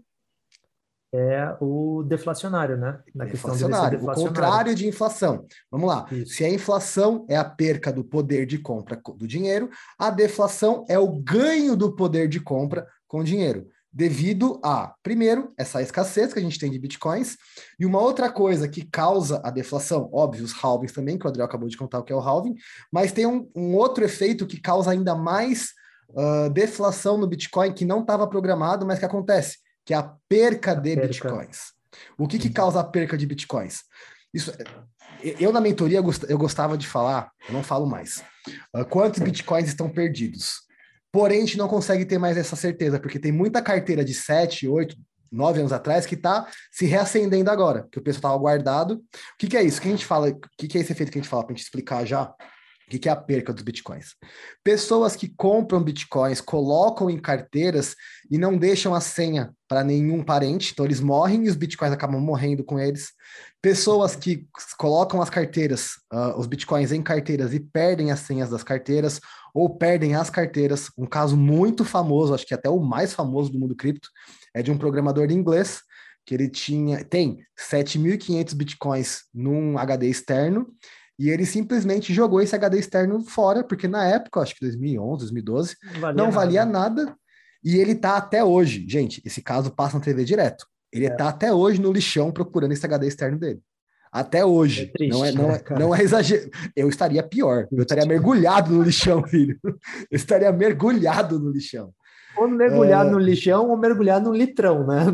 é o deflacionário, né? Na questão dele ser Deflacionário, o deflacionário. contrário de inflação. Vamos lá. Se Isso. a inflação é a perca do poder de compra do dinheiro, a deflação é o ganho do poder de compra com o dinheiro. Devido a, primeiro, essa escassez que a gente tem de bitcoins, e uma outra coisa que causa a deflação, óbvio, os halvings também, que o Adriel acabou de contar o que é o halving, mas tem um outro efeito que causa ainda mais deflação no Bitcoin que não estava programado, mas que acontece, que é a perca A de perca. bitcoins. O que causa a perca de bitcoins? Isso, eu na mentoria eu gostava de falar, eu não falo mais, quantos bitcoins estão perdidos. Porém, a gente não consegue ter mais essa certeza, porque tem muita carteira de 7, 8, 9 anos atrás, que está se reacendendo agora, que o preço estava guardado. O que, que é isso? O que a gente fala? O que, que é esse efeito que a gente fala para a gente explicar já? O que, que é a perca dos bitcoins? Pessoas que compram bitcoins, colocam em carteiras e não deixam a senha para nenhum parente, então eles morrem e os bitcoins acabam morrendo com eles. Pessoas que colocam as carteiras, os bitcoins em carteiras e perdem as senhas das carteiras, ou perdem as carteiras. Um caso muito famoso, acho que até o mais famoso do mundo cripto, é de um programador de inglês que ele tem 7.500 bitcoins num HD externo, e ele simplesmente jogou esse HD externo fora, porque na época, acho que 2011, 2012, não valia nada, e ele tá até hoje. Gente, esse caso passa na TV direto. Ele tá até hoje no lixão procurando esse HD externo dele. Até hoje. É triste, não é exagero. Eu estaria pior. Eu estaria mergulhado no lixão, filho. Eu estaria mergulhado no lixão. Ou mergulhado no lixão ou mergulhado no litrão, né?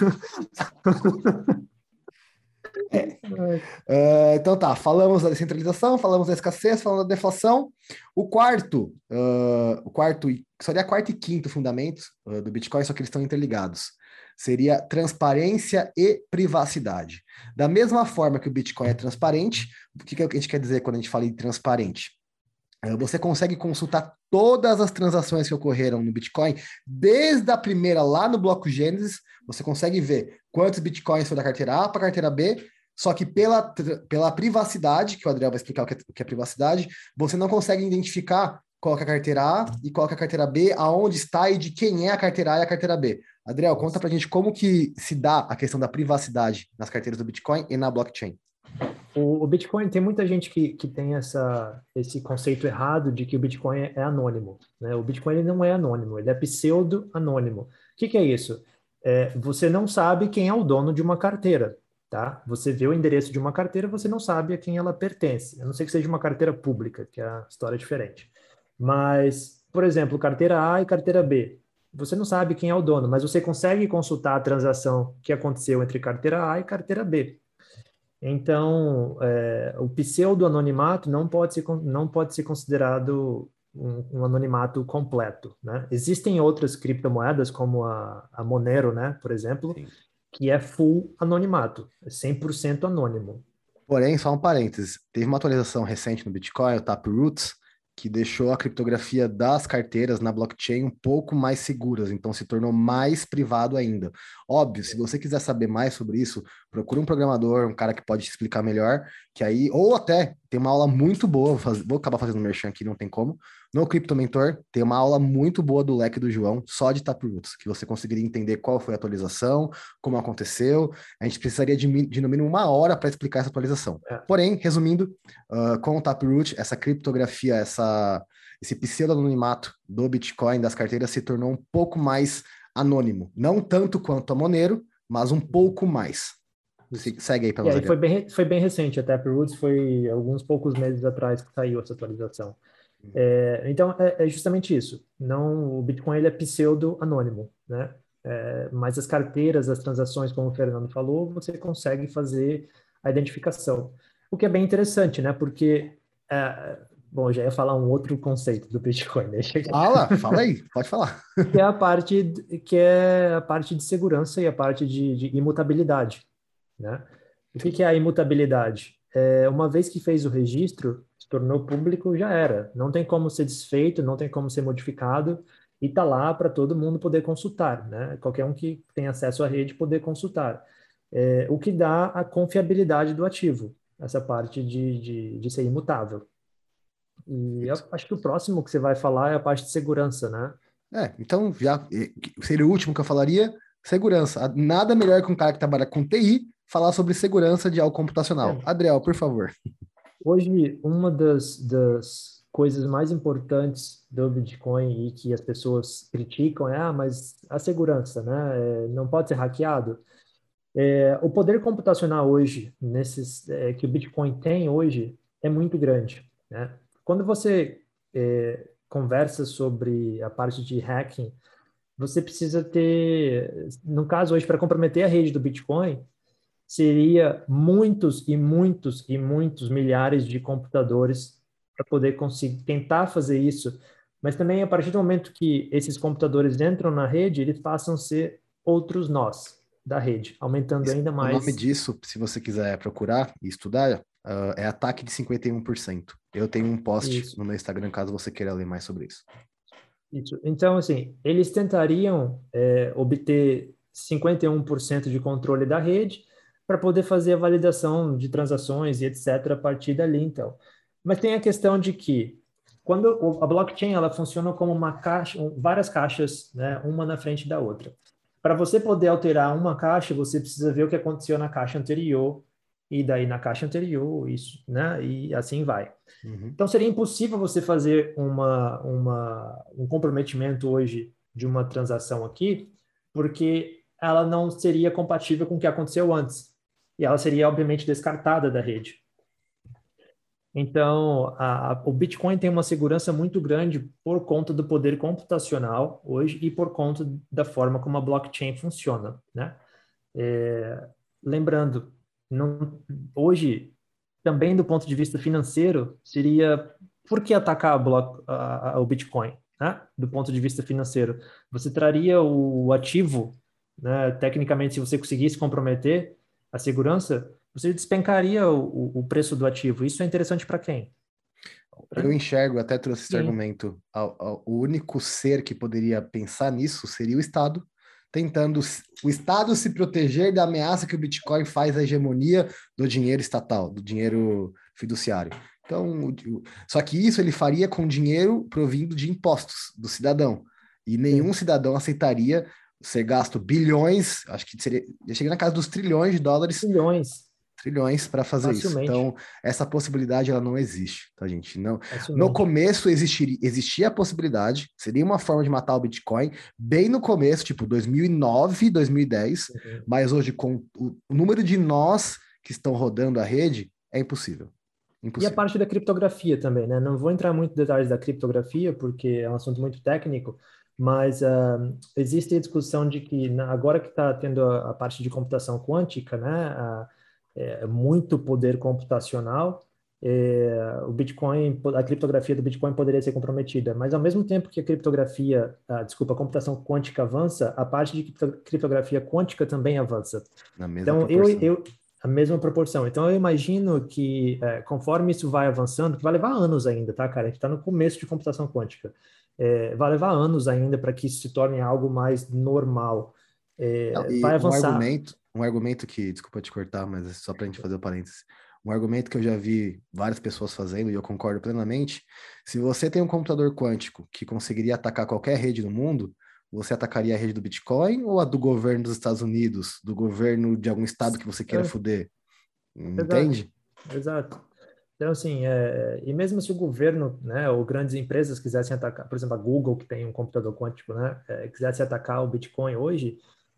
Então tá, falamos da descentralização, falamos da escassez, falamos da deflação. O quarto, seria quarto e quinto fundamentos do Bitcoin, só que eles estão interligados. Seria transparência e privacidade. Da mesma forma que o Bitcoin é transparente, o que a gente quer dizer quando a gente fala em transparente? Você consegue consultar todas as transações que ocorreram no Bitcoin, desde a primeira lá no bloco Gênesis, você consegue ver quantos Bitcoins foi da carteira A para a carteira B, só que pela privacidade, que o Adriel vai explicar o que é privacidade, você não consegue identificar qual é a carteira A e qual é a carteira B, aonde está e de quem é a carteira A e a carteira B. Adriel, conta pra gente como que se dá a questão da privacidade nas carteiras do Bitcoin e na blockchain. O Bitcoin, tem muita gente que tem esse conceito errado de que o Bitcoin é anônimo, né? O Bitcoin ele não é anônimo, ele é pseudo-anônimo. O que é isso? Você não sabe quem é o dono de uma carteira, tá? Você vê o endereço de uma carteira, você não sabe a quem ela pertence, a não ser que seja uma carteira pública, que é a história diferente. Mas, por exemplo, carteira A e carteira B. Você não sabe quem é o dono, mas você consegue consultar a transação que aconteceu entre carteira A e carteira B. Então, o pseudo-anonimato não pode ser considerado um anonimato completo, né? Existem outras criptomoedas, como a Monero, né, por exemplo, Sim. que é full anonimato, é 100% anônimo. Porém, só um parênteses, teve uma atualização recente no Bitcoin, o Taproot, que deixou a criptografia das carteiras na blockchain um pouco mais seguras, então se tornou mais privado ainda. Óbvio, se você quiser saber mais sobre isso, procure um programador, um cara que pode te explicar melhor, que aí, ou até, tem uma aula muito boa, vou acabar fazendo um merchan aqui, não tem como, no Crypto Mentor, tem uma aula muito boa do leque do João, só de Taproots, que você conseguiria entender qual foi a atualização, como aconteceu. A gente precisaria de no mínimo 1 hora para explicar essa atualização. Porém, resumindo, com o Taproot, essa criptografia, esse pseudo-anonimato do Bitcoin, das carteiras, se tornou um pouco mais anônimo. Não tanto quanto a Monero, mas um pouco mais. Segue aí para nós. Foi bem recente, a Taproots foi alguns poucos meses atrás que saiu essa atualização. Então, é justamente isso. O Bitcoin ele é pseudo-anônimo, né? Mas as carteiras, as transações, como o Fernando falou, você consegue fazer a identificação. O que é bem interessante, né? Porque, bom, já ia falar um outro conceito do Bitcoin, né? Fala aí, pode falar. Que é a parte de segurança e a parte de imutabilidade, né? O que é a imutabilidade? Uma vez que fez o registro, se tornou público, já era. Não tem como ser desfeito, não tem como ser modificado, e está lá para todo mundo poder consultar, né? Qualquer um que tem acesso à rede poder consultar. O que dá a confiabilidade do ativo, essa parte de ser imutável. E eu acho que o próximo que você vai falar é a parte de segurança, né? Então, já seria o último que eu falaria, segurança. Nada melhor que um cara que trabalha com TI falar sobre segurança de algo computacional. Adriel, por favor. Hoje, uma das coisas mais importantes do Bitcoin e que as pessoas criticam mas a segurança, né? Não pode ser hackeado. O poder computacional hoje, que o Bitcoin tem hoje, é muito grande, né? Quando você conversa sobre a parte de hacking, você precisa ter, no caso hoje, para comprometer a rede do Bitcoin, seria muitos e muitos e muitos milhares de computadores para poder conseguir tentar fazer isso. Mas também, a partir do momento que esses computadores entram na rede, eles passam a ser outros nós. da rede, aumentando ainda O nome mais. disso, se você quiser procurar e estudar, é ataque de 51%. Eu tenho um post Isso, no meu Instagram, caso você queira ler mais sobre isso. isso. Então, assim, eles tentariam obter 51% de controle da rede para poder fazer a validação de transações e etc. a partir dali, então. Mas tem a questão de que quando a blockchain ela funciona como uma caixa, várias caixas, né, uma na frente da outra. Para você poder alterar uma caixa, você precisa ver o que aconteceu na caixa anterior e daí na caixa anterior, isso, né? E assim vai. Uhum. Então, seria impossível você fazer um comprometimento hoje de uma transação aqui, porque ela não seria compatível com o que aconteceu antes. E ela seria, obviamente, descartada da rede. Então, o Bitcoin tem uma segurança muito grande por conta do poder computacional hoje e por conta da forma como a blockchain funciona, né? Lembrando, não, hoje, também do ponto de vista financeiro, seria por que atacar o Bitcoin, né? Do ponto de vista financeiro. Você traria o ativo, né? Tecnicamente, se você conseguisse comprometer a segurança, você despencaria o preço do ativo. Isso é interessante para quem? Eu Pra enxergo, até trouxe esse quem? argumento, o único ser que poderia pensar nisso seria o Estado, tentando o Estado se proteger da ameaça que o Bitcoin faz à hegemonia do dinheiro estatal, do dinheiro fiduciário. Então, só que isso ele faria com dinheiro provindo de impostos do cidadão. E nenhum Sim, cidadão aceitaria ser gasto bilhões, acho que seria, já chegaria na casa dos trilhões de dólares, trilhões, trilhões para fazer isso. facilmente, Então, essa possibilidade ela não existe, tá, gente? Não. No facilmente. começo existia a possibilidade, seria uma forma de matar o Bitcoin, bem no começo, tipo 2009, 2010, Uhum. mas hoje com o número de nós que estão rodando a rede, é impossível. E a Impossível. parte da criptografia também, né? Não vou entrar muito em detalhes da criptografia, porque é um assunto muito técnico, mas existe a discussão de que agora que está tendo a parte de computação quântica, né? Muito poder computacional, o Bitcoin, a criptografia do Bitcoin poderia ser comprometida, mas ao mesmo tempo que a criptografia, desculpa, a computação quântica avança, a parte de criptografia quântica também avança. Na mesma Então, proporção. a mesma proporção. Então, eu imagino que, conforme isso vai avançando, que vai levar anos ainda, tá, cara? A gente está no começo de computação quântica. Vai levar anos ainda para que isso se torne algo mais normal. Não, Vai e avançar. um argumento que, desculpa te cortar, mas é só para a gente fazer o parênteses. Um argumento que eu já vi várias pessoas fazendo, e eu concordo plenamente, se você tem um computador quântico que conseguiria atacar qualquer rede no mundo, você atacaria a rede do Bitcoin ou a do governo dos Estados Unidos, do governo de algum estado que você queira É, foder? exato, Entende? exato. Então, assim, e mesmo se o governo, né, ou grandes empresas quisessem atacar, por exemplo, a Google, que tem um computador quântico, né, quisesse atacar o Bitcoin hoje,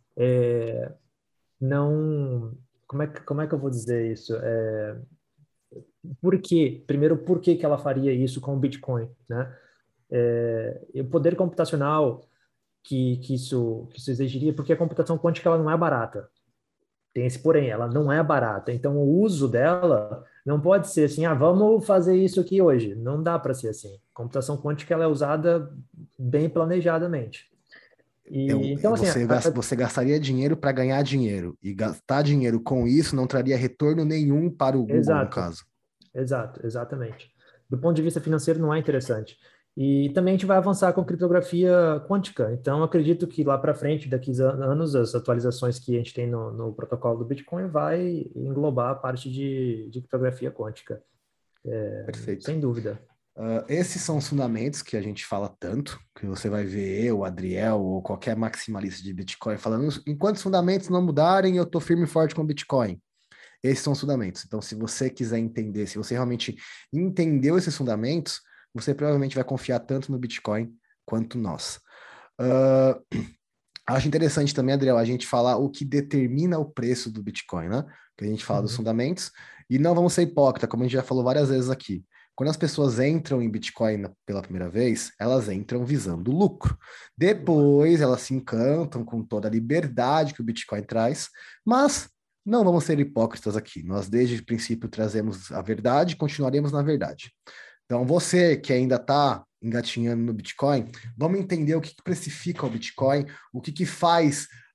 não. Como é que eu vou dizer isso? Por quê? Primeiro, por que que ela faria isso com o Bitcoin, né? E o poder computacional que isso exigiria, porque a computação quântica ela não é barata. Tem esse porém, ela não é barata. Então, o uso dela não pode ser assim, vamos fazer isso aqui hoje. Não dá para ser assim. A computação quântica ela é usada bem planejadamente. E então, assim, Você gastaria dinheiro para ganhar dinheiro, e gastar dinheiro com isso não traria retorno nenhum para o Google, no exato. caso. Exato, exatamente. Do ponto de vista financeiro, não é interessante. E também a gente vai avançar com criptografia quântica. Então, acredito que lá para frente, daqui a anos, as atualizações que a gente tem no protocolo do Bitcoin vai englobar a parte de criptografia quântica, Perfeito. sem dúvida. Esses são os fundamentos que a gente fala tanto, que você vai ver eu, o Adriel ou qualquer maximalista de Bitcoin falando, enquanto os fundamentos não mudarem, eu estou firme e forte com o Bitcoin. Esses são os fundamentos. Então, se você quiser entender, se você realmente entendeu esses fundamentos, você provavelmente vai confiar tanto no Bitcoin quanto nós. Uh, Acho interessante também, Adriel, a gente falar o que determina o preço do Bitcoin, né? Que a gente fala dos Uhum. fundamentos, e não vamos ser hipócrita, como a gente já falou várias vezes aqui. Quando as pessoas entram em Bitcoin pela primeira vez, elas entram visando lucro. Depois elas se encantam com toda a liberdade que o Bitcoin traz, mas não vamos ser hipócritas aqui. Nós, desde o princípio, trazemos a verdade e continuaremos na verdade. Então, você que ainda está engatinhando no Bitcoin, vamos entender o que precifica o Bitcoin, o que faz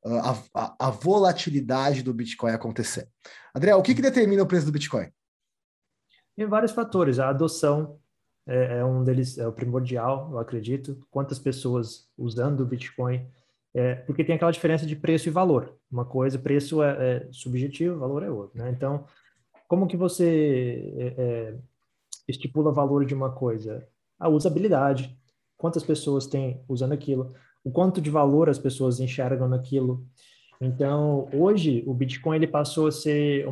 a volatilidade do Bitcoin acontecer. André, o que determina o preço do Bitcoin? Tem vários fatores. A adoção é um deles, é o primordial, eu acredito. Quantas pessoas usando o Bitcoin, porque tem aquela diferença de preço e valor. Uma coisa, preço é subjetivo, valor é outro, né? Então, como que você estipula valor de uma coisa? A usabilidade. Quantas pessoas têm usando aquilo? O quanto de valor as pessoas enxergam naquilo? Então, hoje, o Bitcoin ele passou a ser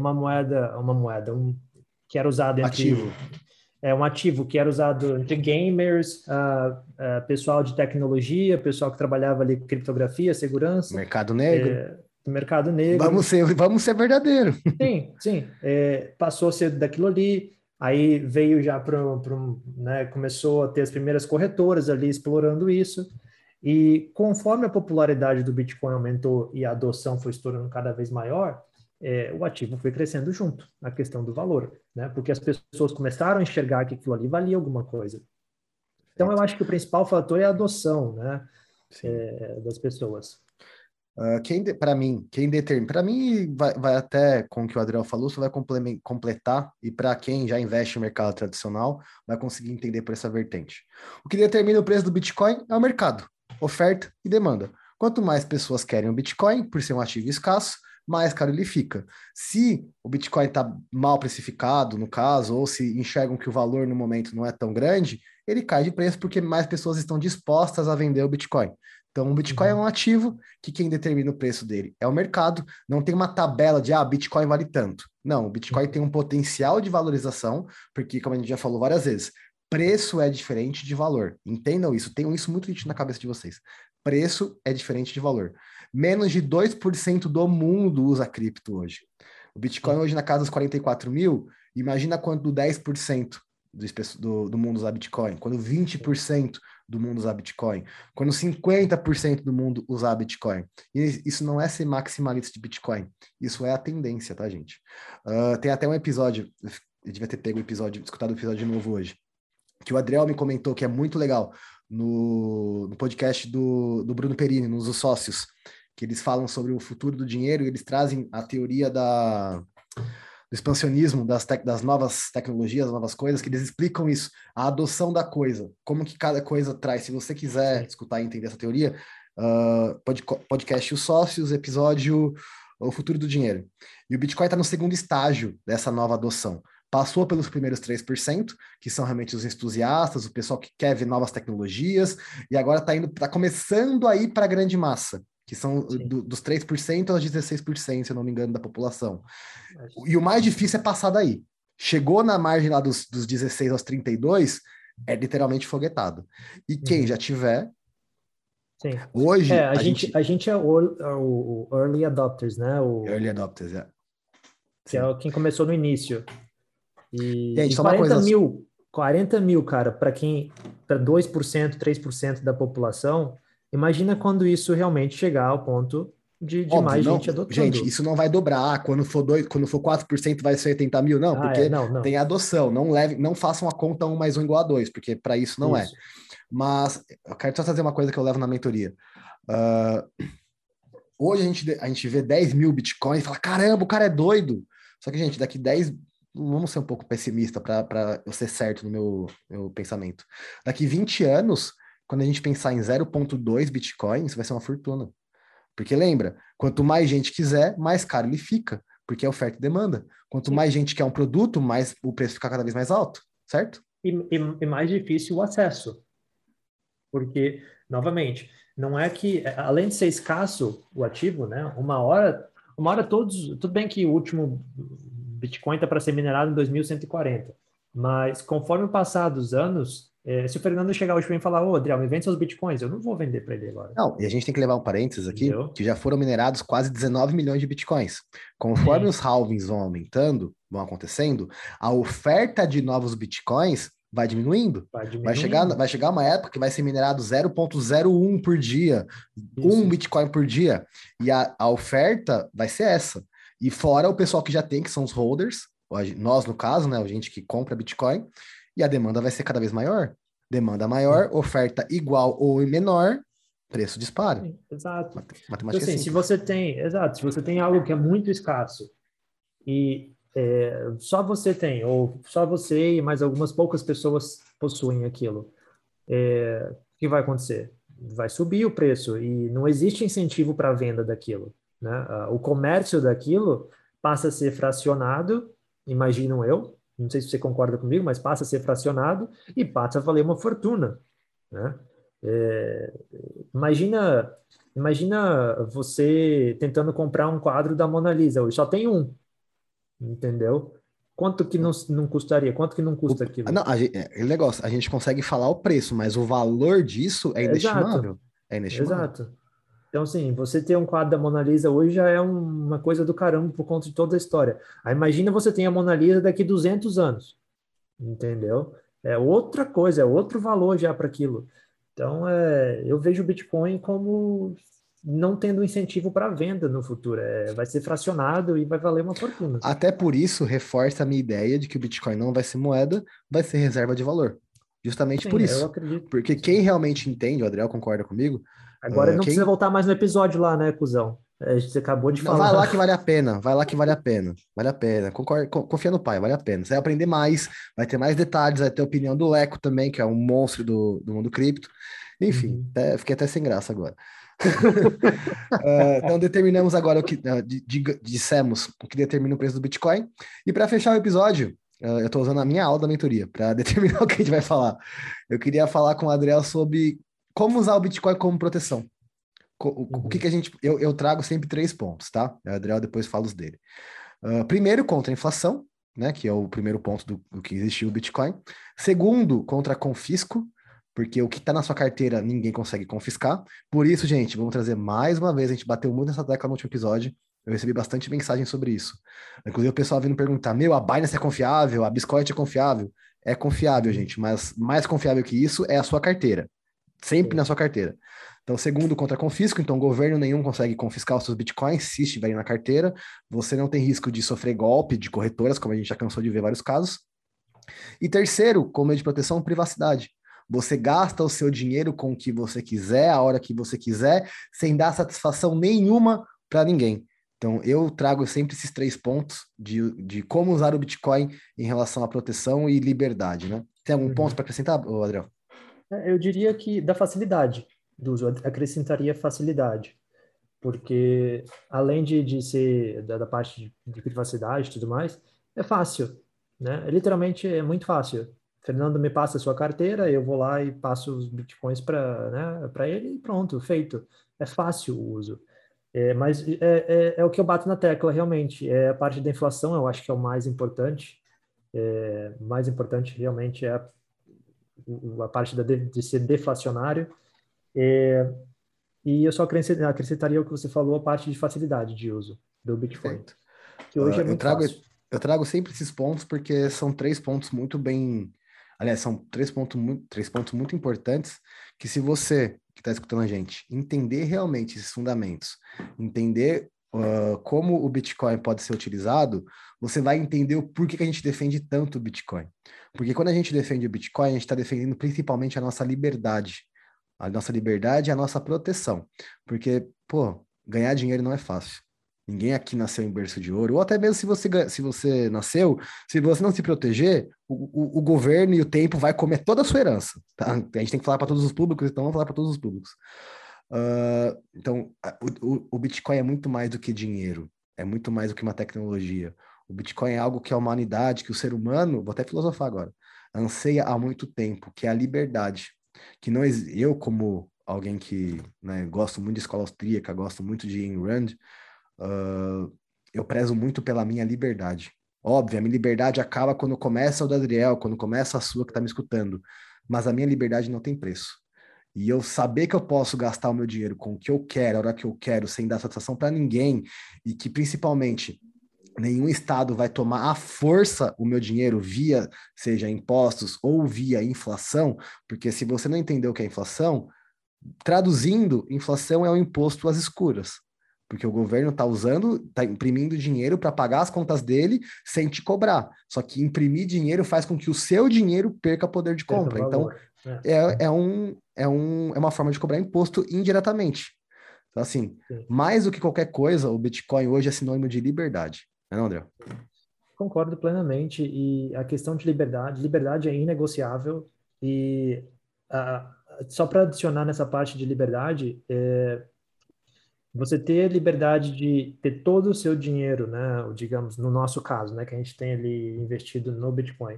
que era usado Ativo. um ativo que era usado entre gamers, pessoal de tecnologia, pessoal que trabalhava ali com criptografia, segurança, Mercado negro. mercado negro. Vamos ser verdadeiro. Sim, sim. Passou a ser daquilo ali, aí veio já para né, começou a ter as primeiras corretoras ali explorando isso. E conforme a popularidade do Bitcoin aumentou e a adoção foi estourando cada vez maior, o ativo foi crescendo junto, a questão do valor, né? Porque as pessoas começaram a enxergar que aquilo ali valia alguma coisa. Então, eu acho que o principal fator é a adoção, né? Das pessoas. Para mim, vai até com o que o Adriel falou, só vai completar, e para quem já investe no mercado tradicional, vai conseguir entender por essa vertente. O que determina o preço do Bitcoin é o mercado, oferta e demanda. Quanto mais pessoas querem o Bitcoin, por ser um ativo escasso, mais caro ele fica. Se o Bitcoin está mal precificado, no caso, ou se enxergam que o valor no momento não é tão grande, ele cai de preço porque mais pessoas estão dispostas a vender o Bitcoin. Então, o Bitcoin é um ativo que quem determina o preço dele é o mercado, não tem uma tabela de, Bitcoin vale tanto. Não, o Bitcoin tem um potencial de valorização, porque, como a gente já falou várias vezes, preço é diferente de valor. Entendam isso, tenham isso muito nítido na cabeça de vocês. Preço é diferente de valor. Menos de 2% do mundo usa cripto hoje. O Bitcoin hoje na casa dos 44 mil, imagina quanto 10% do mundo usa Bitcoin, quando 20% do mundo usar Bitcoin, quando 50% do mundo usar Bitcoin. E isso não é ser maximalista de Bitcoin, isso é a tendência, tá, gente? Tem até um episódio, eu devia ter pego o episódio, escutado o episódio novo hoje, que o Adriel me comentou que é muito legal no podcast do Bruno Perini, nos Os Sócios, que eles falam sobre o futuro do dinheiro e eles trazem a teoria do expansionismo das novas tecnologias, novas coisas, que eles explicam isso, a adoção da coisa, como que cada coisa traz. Se você quiser escutar e entender essa teoria, podcast Os Sócios, episódio O Futuro do Dinheiro. E o Bitcoin está no segundo estágio dessa nova adoção. Passou pelos primeiros 3%, que são realmente os entusiastas, o pessoal que quer ver novas tecnologias, e agora está começando a ir para a grande massa, que são dos 3% aos 16%, se eu não me engano, da população. E o mais difícil é passar daí. Chegou na margem lá dos 16 aos 32, é literalmente foguetado. E quem já tiver... Sim. Hoje, a gente é o early adopters, né? Early adopters, que é quem começou no início. Gente, E 40 mil, cara, para 2%, 3% da população, imagina quando isso realmente chegar ao ponto de óbvio, mais não, gente adotando. gente, isso não vai dobrar. Quando for 4% vai ser 80 mil, não, porque não. tem adoção. Não façam a conta 1 mais 1 igual a 2, porque para isso não é. Mas eu quero só fazer uma coisa que eu levo na mentoria. Hoje a gente vê 10 mil bitcoins e fala, caramba, o cara é doido. Só que, gente, daqui 10, vamos ser um pouco pessimista para eu ser certo no meu pensamento. Daqui 20 anos, quando a gente pensar em 0,2 bitcoins, vai ser uma fortuna. Porque lembra, quanto mais gente quiser, mais caro ele fica, porque é oferta e demanda. Quanto mais gente quer um produto, mais o preço fica cada vez mais alto, certo? E mais difícil o acesso. Porque, novamente, não é que, além de ser escasso o ativo, né? Uma hora todos... Tudo bem que o último Bitcoin está para ser minerado em 2140, mas conforme o passar dos anos, se o Fernando chegar hoje para mim e falar, Adriel, me vende seus Bitcoins, eu não vou vender para ele agora. Não, e a gente tem que levar um parênteses aqui, Entendeu? que já foram minerados quase 19 milhões de Bitcoins. Conforme os halvings vão aumentando, vão acontecendo, a oferta de novos Bitcoins vai diminuindo. Vai chegar uma época que vai ser minerado 0,01 por dia, um Bitcoin por dia, e a oferta vai ser essa. E fora o pessoal que já tem, que são os holders, nós no caso, né, a gente que compra Bitcoin, e a demanda vai ser cada vez maior. Demanda maior, oferta igual ou menor, preço dispara. Sim, exato. Então, Matemática é assim, se simples. você tem, exato, se você tem algo que é muito escasso e só você tem, ou só você e mais algumas poucas pessoas possuem aquilo, o que vai acontecer? Vai subir o preço e não existe incentivo para a venda daquilo, né? O comércio daquilo passa a ser fracionado, imagino eu, não sei se você concorda comigo, mas passa a ser fracionado e passa a valer uma fortuna, né? É, imagina, imagina você tentando comprar um quadro da Mona Lisa, hoje só tem um, entendeu? Quanto que não custaria? Quanto que não custa aquilo? Não, aquele negócio, a gente consegue falar o preço, mas o valor disso é Exato, inestimável. É inestimável. exato. Então, assim, você ter um quadro da Mona Lisa hoje já é uma coisa do caramba por conta de toda a história. Aí imagina você tem a Mona Lisa daqui 200 anos, entendeu? É outra coisa, é outro valor já para aquilo. Então, eu vejo o Bitcoin como não tendo incentivo para venda no futuro. Vai ser fracionado e vai valer uma fortuna. Até por isso, reforça a minha ideia de que o Bitcoin não vai ser moeda, vai ser reserva de valor. Justamente por Sim, eu isso. acredito. Porque quem Sim. realmente entende, o Adriel concorda comigo, Agora não precisa quem voltar mais no episódio lá, né, cuzão? A gente acabou de Não, vai lá que falar. vale a pena, vai lá que vale a pena, vale a pena. Concorda, confia no pai, vale a pena. Você vai aprender mais, vai ter mais detalhes, vai ter a opinião do Leco também, que é um monstro do mundo cripto. Enfim, Uhum. fiquei até sem graça agora. Então determinamos agora o que dissemos o que determina o preço do Bitcoin. E para fechar o episódio, eu estou usando a minha aula da mentoria para determinar o que a gente vai falar. Eu queria falar com o Adriel sobre como usar o Bitcoin como proteção. O que Uhum. que a gente. Eu trago sempre 3 pontos, tá? O Adriel depois fala os dele. Primeiro, contra a inflação, né? Que é o primeiro ponto do que existiu o Bitcoin. Segundo, contra confisco, porque o que está na sua carteira ninguém consegue confiscar. Por isso, gente, vamos trazer mais uma vez. A gente bateu muito nessa tecla no último episódio. Eu recebi bastante mensagem sobre isso. Inclusive, o pessoal vindo perguntar: meu, a Binance é confiável? A Biscoit é confiável? É confiável, Uhum. gente, mas mais confiável que isso é a sua carteira. Sempre na Sim. sua carteira. Então, segundo, contra confisco, então governo nenhum consegue confiscar os seus bitcoins se estiverem na carteira. Você não tem risco de sofrer golpe de corretoras, como a gente já cansou de ver vários casos. E terceiro, como meio de proteção, privacidade. Você gasta o seu dinheiro com o que você quiser, a hora que você quiser, sem dar satisfação nenhuma para ninguém. Então, eu trago sempre esses 3 pontos de como usar o Bitcoin em relação à proteção e liberdade, né? Tem algum ponto Uhum. para acrescentar, Adriel? Eu diria que da facilidade do uso, acrescentaria facilidade, porque além de ser da parte de privacidade e tudo mais, é fácil, né? Literalmente é muito fácil. Fernando me passa a sua carteira, eu vou lá e passo os bitcoins para ele e pronto, feito. É fácil o uso. Mas é o que eu bato na tecla, realmente. É a parte da inflação, eu acho que é o mais importante. Mais importante realmente é a parte de ser deflacionário. E eu só acrescentaria o que você falou, a parte de facilidade de uso do Bitcoin, Perfeito. que hoje é Eu muito trago, fácil. eu trago sempre esses pontos porque são 3 pontos muito bem. Aliás, são 3 pontos muito importantes que, se você que está escutando a gente entender realmente esses fundamentos, entender como o Bitcoin pode ser utilizado, você vai entender o porquê que a gente defende tanto o Bitcoin. Porque quando a gente defende o Bitcoin, a gente está defendendo principalmente a nossa liberdade. A nossa liberdade e a nossa proteção. Porque, pô, ganhar dinheiro não é fácil. Ninguém aqui nasceu em berço de ouro, ou até mesmo se você nasceu, se você não se proteger, o governo e o tempo vai comer toda a sua herança. Tá? A gente tem que falar para todos os públicos, então vamos falar para todos os públicos. Então, o Bitcoin é muito mais do que dinheiro, é muito mais do que uma tecnologia. O Bitcoin é algo que a humanidade, que o ser humano, vou até filosofar agora, anseia há muito tempo, que é a liberdade. Que não eu, como alguém que, né, gosto muito de escola austríaca, gosto muito de Ayn Rand, eu prezo muito pela minha liberdade. Óbvio, a minha liberdade acaba quando começa o da Adriel, quando começa a sua que está me escutando. Mas a minha liberdade não tem preço. E eu saber que eu posso gastar o meu dinheiro com o que eu quero, a hora que eu quero, sem dar satisfação para ninguém, e que principalmente nenhum estado vai tomar à força o meu dinheiro via, seja impostos ou via inflação, porque se você não entender o que é inflação, traduzindo, inflação é o imposto às escuras. Porque o governo está usando, está imprimindo dinheiro para pagar as contas dele sem te cobrar. Só que imprimir dinheiro faz com que o seu dinheiro perca poder de Perca compra. Então, valor. É. é um, é uma forma de cobrar imposto indiretamente. Então, assim, Sim. mais do que qualquer coisa, o Bitcoin hoje é sinônimo de liberdade. Não é, não, André? Concordo plenamente. E a questão de liberdade é inegociável. E ah, só para adicionar nessa parte de liberdade, você ter liberdade de ter todo o seu dinheiro, né? Digamos, no nosso caso, né? Que a gente tem ali investido no Bitcoin.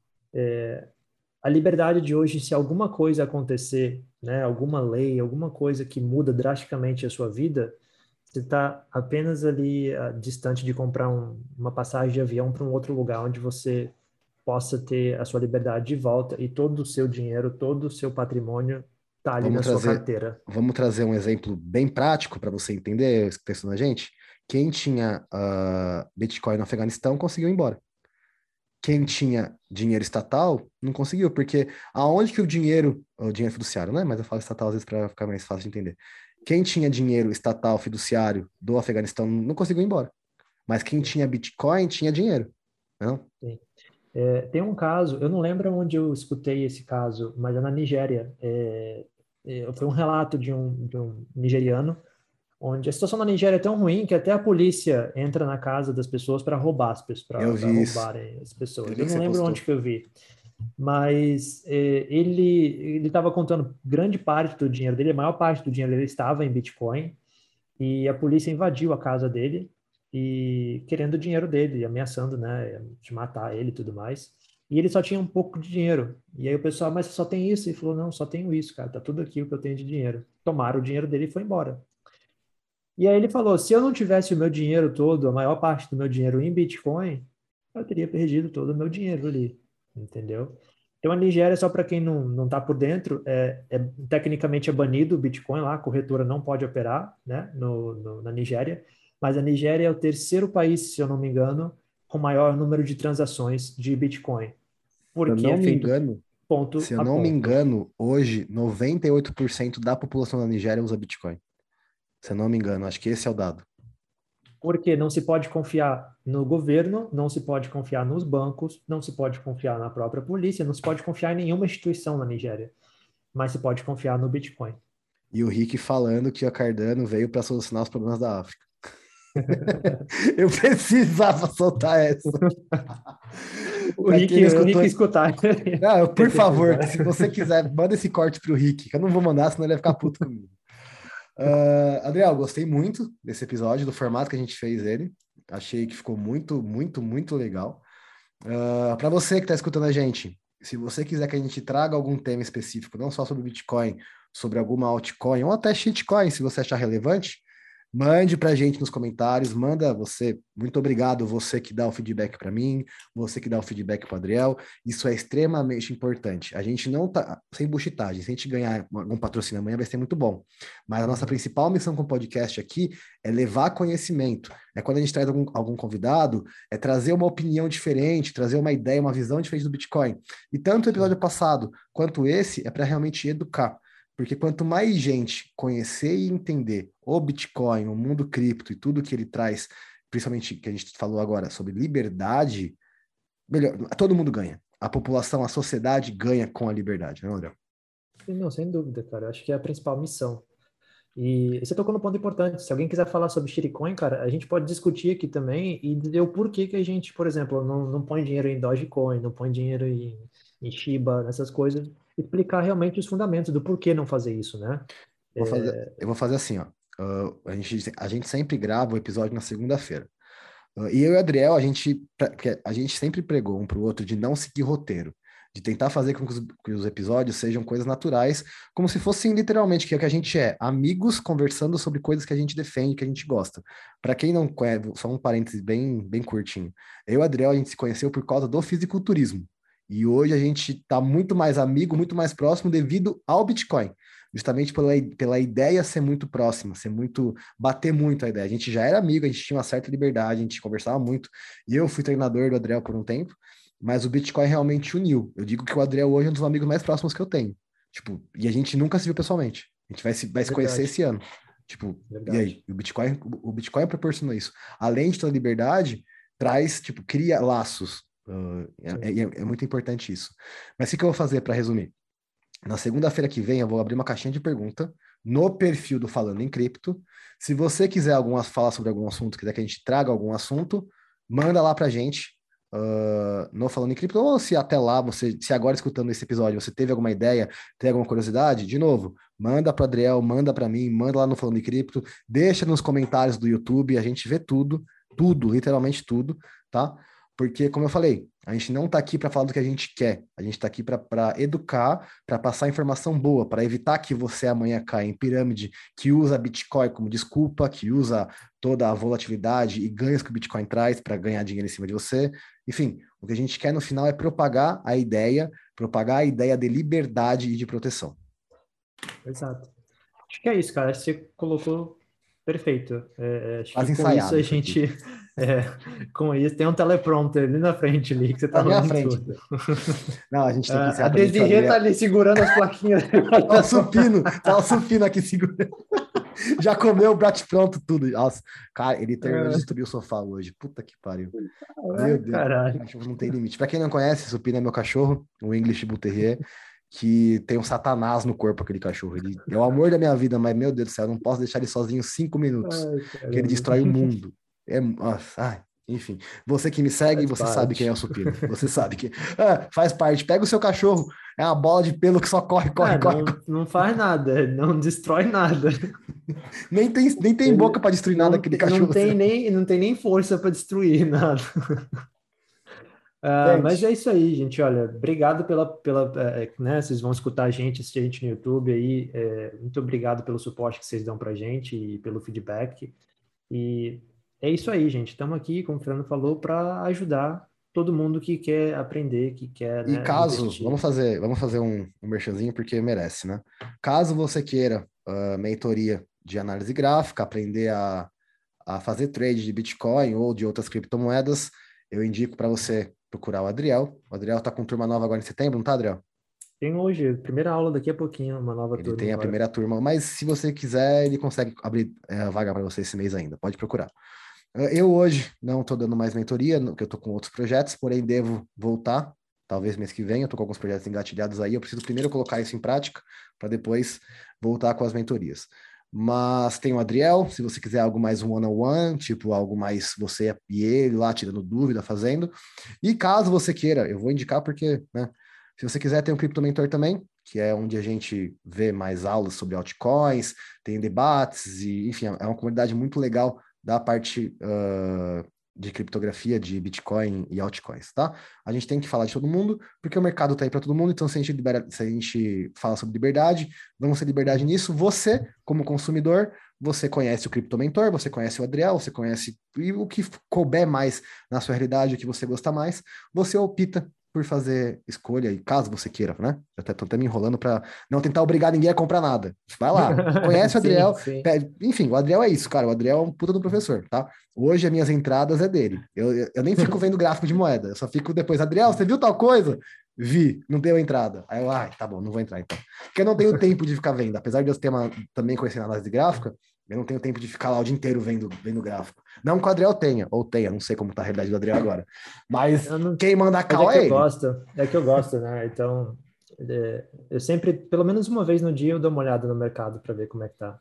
A liberdade de hoje, se alguma coisa acontecer, né? Alguma lei, alguma coisa que muda drasticamente a sua vida, você está apenas ali distante de comprar uma passagem de avião para um outro lugar onde você possa ter a sua liberdade de volta e todo o seu dinheiro, todo o seu patrimônio está ali Vamos na sua trazer, carteira. vamos trazer um exemplo bem prático para você entender isso que está ensinando a gente. Quem tinha Bitcoin no Afeganistão conseguiu ir embora. Quem tinha dinheiro estatal não conseguiu, porque aonde que o dinheiro fiduciário, né? Mas eu falo estatal às vezes para ficar mais fácil de entender. Quem tinha dinheiro estatal fiduciário do Afeganistão não conseguiu ir embora. Mas quem Sim, tinha Bitcoin tinha dinheiro, não? sim. Tem um caso, eu não lembro onde eu escutei esse caso, mas é na Nigéria. Foi um relato de um nigeriano, onde a situação na Nigéria é tão ruim que até a polícia entra na casa das pessoas para roubar Eu para vi isso. roubarem as Eu pessoas. vi Eu que não você lembro onde postou. que eu vi, mas ele estava contando grande parte do dinheiro dele, a maior parte do dinheiro dele estava em Bitcoin, e a polícia invadiu a casa dele e querendo o dinheiro dele, ameaçando, né, de matar ele e tudo mais. E ele só tinha um pouco de dinheiro. E aí o pessoal, mas você só tem isso? Ele falou, não, só tenho isso, cara, tá tudo aqui o que eu tenho de dinheiro. Tomaram o dinheiro dele e foi embora. E aí ele falou, se eu não tivesse o meu dinheiro todo, a maior parte do meu dinheiro em Bitcoin, eu teria perdido todo o meu dinheiro ali, entendeu? Então a Nigéria, só para quem não está por dentro, tecnicamente é banido o Bitcoin lá, a corretora não pode operar, né, na Nigéria, mas a Nigéria é o terceiro país, se eu não me engano, com maior número de transações de Bitcoin, Se eu porque não é me feito engano, se ponto eu a não me ponto. engano, hoje 98% da população da Nigéria usa Bitcoin. Se eu não me engano, acho que esse é o dado. Porque não se pode confiar no governo, não se pode confiar nos bancos, não se pode confiar na própria polícia, não se pode confiar em nenhuma instituição na Nigéria, mas se pode confiar no Bitcoin. E o Rick falando que a Cardano veio para solucionar os problemas da África. Eu precisava soltar essa. O Para Rick, quem não o Rick escutou, escutar. por Tem favor, certeza. que se você quiser, manda esse corte pro Rick, que eu não vou mandar, senão ele vai ficar puto comigo. Adriel, gostei muito desse episódio, do formato que a gente fez ele. Achei que ficou muito, muito, muito legal. Para você que está escutando a gente, se você quiser que a gente traga algum tema específico, não só sobre Bitcoin, sobre alguma altcoin ou até shitcoin, se você achar relevante, mande para a gente nos comentários, manda você. Muito obrigado, você que dá o feedback para mim, você que dá o feedback para o Adriel. Isso é extremamente importante. A gente não tá sem buchitagem. Se a gente ganhar algum patrocínio amanhã, vai ser muito bom. Mas a nossa Uhum. principal missão com o podcast aqui é levar conhecimento. É quando a gente traz algum convidado, é trazer uma opinião diferente, trazer uma ideia, uma visão diferente do Bitcoin. E tanto o episódio Sim, passado quanto esse é para realmente educar. Porque quanto mais gente conhecer e entender o Bitcoin, o mundo cripto e tudo que ele traz, principalmente que a gente falou agora sobre liberdade, melhor, todo mundo ganha. A população, a sociedade ganha com a liberdade, né, André? não, sem dúvida, cara. Eu acho que é a principal missão. E você tocou no ponto importante. Se alguém quiser falar sobre shitcoin, cara, a gente pode discutir aqui também e dizer o porquê que a gente, por exemplo, não põe dinheiro em Dogecoin, não põe dinheiro em Shiba, nessas coisas. Explicar realmente os fundamentos do porquê não fazer isso, né? Eu vou fazer assim, ó. A gente sempre grava o episódio na segunda-feira. E eu e o Adriel, porque a gente sempre pregou um para o outro de não seguir roteiro, de tentar fazer com que os episódios sejam coisas naturais, como se fossem literalmente que é o que a gente é, amigos conversando sobre coisas que a gente defende, que a gente gosta. Para quem não conhece, só um parênteses bem, bem curtinho. Eu e o Adriel, a gente se conheceu por causa do fisiculturismo. E hoje a gente está muito mais amigo, muito mais próximo devido ao Bitcoin. Justamente pela ideia ser muito próxima, ser muito bater muito a ideia. A gente já era amigo, a gente tinha uma certa liberdade, a gente conversava muito. E eu fui treinador do Adriel por um tempo, mas o Bitcoin realmente uniu. Eu digo que o Adriel hoje é um dos amigos mais próximos que eu tenho. Tipo, e a gente nunca se viu pessoalmente. A gente vai se conhecer Verdade, esse ano. Tipo, e verdade. aí? O Bitcoin proporcionou isso. Além de toda a liberdade, traz, tipo, cria laços. Sim. É muito importante isso. Mas o que eu vou fazer para resumir? Na segunda-feira que vem, eu vou abrir uma caixinha de pergunta no perfil do Falando em Cripto. Se você quiser falar sobre algum assunto, quiser que a gente traga algum assunto, manda lá pra gente no Falando em Cripto. Ou se até lá, se agora escutando esse episódio, você teve alguma ideia, tem alguma curiosidade, de novo, manda para Adriel, manda para mim, manda lá no Falando em Cripto, deixa nos comentários do YouTube, a gente vê tudo, tudo, literalmente tudo, tá? Porque, como eu falei, a gente não está aqui para falar do que a gente quer, a gente está aqui para educar, para passar informação boa, para evitar que você amanhã caia em pirâmide, que usa Bitcoin como desculpa, que usa toda a volatilidade e ganhos que o Bitcoin traz para ganhar dinheiro em cima de você. Enfim, o que a gente quer no final é propagar a ideia de liberdade e de proteção. Exato. Acho que é isso, cara. Você colocou perfeito. Acho Quase que com isso ensaiado a isso aqui. gente. Com isso, tem um teleprompter ali na frente ali que você tá Na minha falando frente. tudo. Não, a gente tem que A encerrar também que o Desirê tá Adriel... ali segurando as plaquinhas. Tá o supino aqui segurando. Já comeu o prato pronto tudo. Nossa, cara, ele terminou de destruir o sofá hoje. Puta que pariu. Meu Deus, o Caralho. cachorro não tem limite. Pra quem não conhece, Supino é meu cachorro, o English Bull Terrier, que tem um satanás no corpo, aquele cachorro. Ele é o amor da minha vida, mas, meu Deus do céu, eu não posso deixar ele sozinho 5 minutos, Ai, que ele caramba. destrói o mundo. Nossa, enfim. Você que me segue, Faz você sabe quem é parte. o Supino. Você sabe que faz parte. Pega o seu cachorro, é uma bola de pelo que só corre, corre, corre, corre. Não faz nada, não destrói nada. Nem tem boca Ele para destruir nada aquele não cachorro seu. não tem nem força para destruir nada. Mas é Gente, isso aí, gente. Olha, obrigado né? Vocês vão escutar a gente, assistir a gente no YouTube aí. Muito obrigado pelo suporte que vocês dão para a gente e pelo feedback. E é isso aí, gente. Estamos aqui, como o Fernando falou, para ajudar todo mundo que quer aprender, que quer, e né, caso, investir. vamos fazer um merchanzinho porque merece, né? Caso você queira mentoria de análise gráfica, aprender a fazer trade de Bitcoin ou de outras criptomoedas, eu indico para você procurar o Adriel. O Adriel está com turma nova agora em setembro, não tá, Adriel? Tem hoje, primeira aula daqui a pouquinho, uma nova Ele turma tem a agora. primeira turma, mas se você quiser, ele consegue abrir a vaga para você esse mês ainda. Pode procurar. Eu hoje não estou dando mais mentoria, porque eu estou com outros projetos, porém devo voltar, talvez mês que vem. Eu estou com alguns projetos engatilhados aí. Eu preciso primeiro colocar isso em prática para depois voltar com as mentorias. Mas tem o Adriel, se você quiser algo mais one-on-one, tipo algo mais você e ele lá tirando dúvida, fazendo. E caso você queira, eu vou indicar porque, né? Se você quiser, tem o Crypto Mentor também, que é onde a gente vê mais aulas sobre altcoins, tem debates, e enfim, é uma comunidade muito legal da parte de criptografia de Bitcoin e altcoins, tá? A gente tem que falar de todo mundo, porque o mercado tá aí para todo mundo, então se a gente fala sobre liberdade, vamos ter liberdade nisso. Você, como consumidor, você conhece o Crypto Mentor, você conhece o Adriel, você conhece o que couber mais na sua realidade, o que você gosta mais, você opta por fazer escolha, e caso você queira, né? Eu até tô até me enrolando para não tentar obrigar ninguém a comprar nada. Vai lá, conhece o Sim, Adriel, sim. enfim, o Adriel é isso, cara. O Adriel é um puta do professor, tá? Hoje as minhas entradas é dele. Eu nem fico vendo gráfico de moeda, eu só fico depois, Adriel, você viu tal coisa? Vi, não deu entrada. Aí eu, tá bom, não vou entrar então. Porque eu não tenho tempo de ficar vendo, apesar de eu ter também conhecendo análise gráfica, eu não tenho tempo de ficar lá o dia inteiro vendo gráfico. Não que o Adriel tenha, ou tenha, não sei como tá a realidade do Adriel agora. Mas quem manda a Mas cal é ele. é que eu gosto, né? Então, eu sempre, pelo menos uma vez no dia, eu dou uma olhada no mercado para ver como é que tá.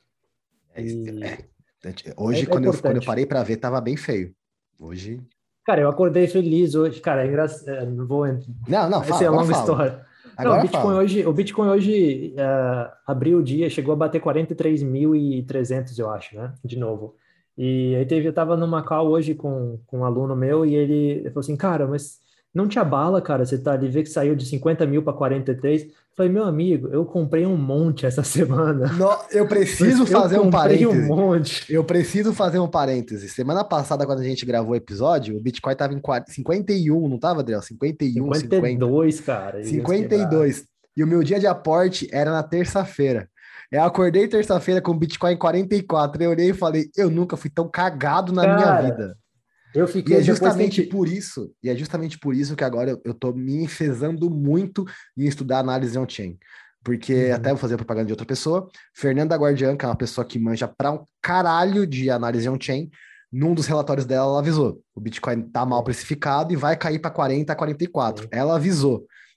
E Hoje, quando eu importante. parei para ver, tava bem feio. Hoje. Cara, eu acordei feliz hoje. Cara, é engraçado. Não vou. Não, Vai ser fala, a agora longa fala. história. Não, Agora fala. O Bitcoin hoje abriu o dia, chegou a bater 43.300, eu acho, né? De novo. E aí eu tava numa call hoje com um aluno meu e ele falou assim, cara, mas não te abala, cara, você tá ali, vê que saiu de 50 mil para 43. Eu falei, meu amigo, eu comprei um monte essa semana. Eu preciso Eu fazer um comprei um parêntese. monte. Eu preciso fazer um parêntese. Semana passada, quando a gente gravou o episódio, o Bitcoin estava em 51, não estava, Adriel? 51, 50. 52, cara, e uns quebrados. 52. E o meu dia de aporte era na terça-feira. Eu acordei terça-feira com o Bitcoin em 44. Eu olhei e falei, eu nunca fui tão cagado na minha Cara, vida. eu E é fiquei, depois que a justamente gente, por isso, que agora eu tô me enfesando muito em estudar análise on-chain. Porque até vou Uhum. fazer propaganda de outra pessoa, Fernanda Guardian, que é uma pessoa que manja pra um caralho de análise on-chain, num dos relatórios dela, ela avisou: o Bitcoin tá mal Sim, precificado e vai cair para 40, 44. sim. Ela avisou.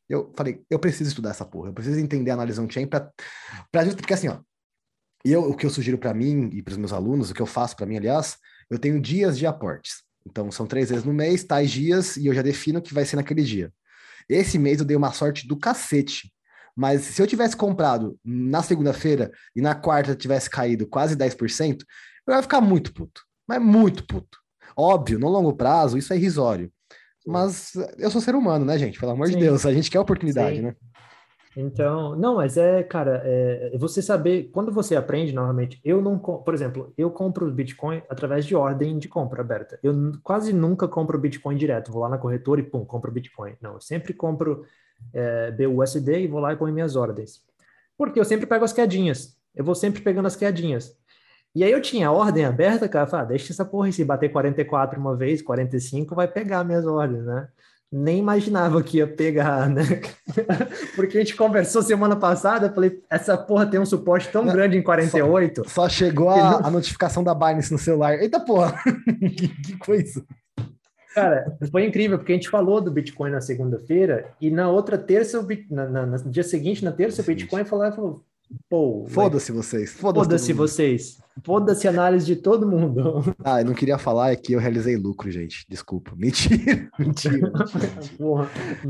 Eu falei, eu preciso estudar essa porra, eu preciso entender a análise on-chain porque assim, ó, o que eu sugiro para mim e para os meus alunos, o que eu faço para mim, aliás, eu tenho dias de aportes. Então, são 3 vezes no mês, tais dias, e eu já defino o que vai ser naquele dia. Esse mês eu dei uma sorte do cacete. Mas se eu tivesse comprado na segunda-feira e na quarta tivesse caído quase 10%, eu ia ficar muito puto. Mas muito puto. Óbvio, no longo prazo, isso é irrisório. Mas eu sou ser humano, né, gente? Pelo amor de Sim, Deus, a gente quer oportunidade, sim. né? Então, não, mas cara, você saber, quando você aprende, novamente, eu não, por exemplo, eu compro o Bitcoin através de ordem de compra aberta. Eu quase nunca compro Bitcoin direto, vou lá na corretora e pum, compro Bitcoin. Não, eu sempre compro BUSD e vou lá e ponho minhas ordens. Porque eu sempre pego as quedinhas, eu vou sempre pegando as quedinhas. E aí eu tinha a ordem aberta, cara, falei, deixa essa porra aí, se bater 44 uma vez, 45, vai pegar minhas ordens, né? Nem imaginava que ia pegar, né? Porque a gente conversou semana passada, eu falei, essa porra tem um suporte tão grande em Só, 48. só chegou Que não... a notificação da Binance no celular. Eita porra! Que coisa! Cara, foi incrível, porque a gente falou do Bitcoin na segunda-feira, e na outra terça, no dia seguinte, na terça, o Bitcoin falou, pô, Foda-se vocês, foda-se todo foda-se mundo. vocês, foda-se a análise de todo mundo. Ah, eu não queria falar, é que eu realizei lucro, gente. Desculpa. Mentira, mentira, mentira, mentira. Porra,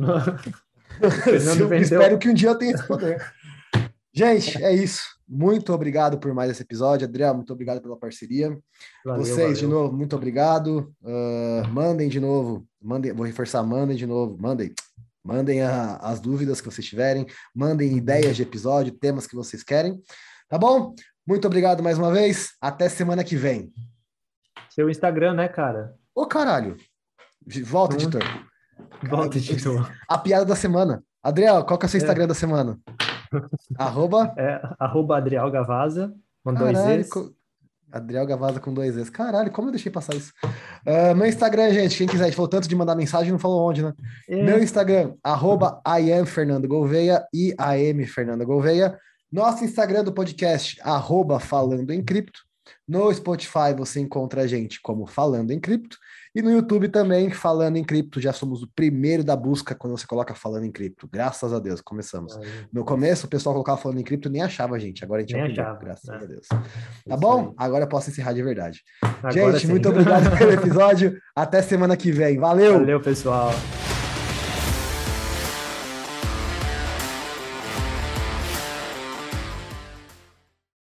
o Fernando Espero vendeu. que um dia eu tenha esse poder. Gente, é isso. Muito obrigado por mais esse episódio. Adriano, muito obrigado pela parceria. Valeu, Vocês, de valeu. novo, muito obrigado. Mandem de novo. Mandem, vou reforçar, mandem de novo. Mandem as dúvidas que vocês tiverem. Mandem ideias de episódio, temas que vocês querem. Tá bom? Muito obrigado mais uma vez. Até semana que vem. Seu Instagram, né, cara? Ô, caralho. Volta, editor. Volta, editor. A piada da semana. Adriel, qual que é o seu Instagram da semana? Arroba? Arroba Adriel Gavaza, com dois Caralho, Es. Adriel Gavaza com 2 Es. Caralho, como eu deixei passar isso? Meu Instagram, gente, quem quiser, a gente falou tanto de mandar mensagem, não falou onde, né? Meu Instagram, arroba @IamFernandoGouveia, IAM Fernando Gouveia. Nosso Instagram do podcast, arroba Falando em Cripto. No Spotify você encontra a gente como Falando em Cripto. E no YouTube também, Falando em Cripto. Já somos o primeiro da busca quando você coloca Falando em Cripto. Graças a Deus, começamos. No começo, o pessoal colocava Falando em Cripto e nem achava a gente. Agora a gente é o primeiro, graças a Deus. Tá bom? Agora eu posso encerrar de verdade. Agora gente, sim. muito obrigado pelo episódio. Até semana que vem. Valeu! Valeu, pessoal.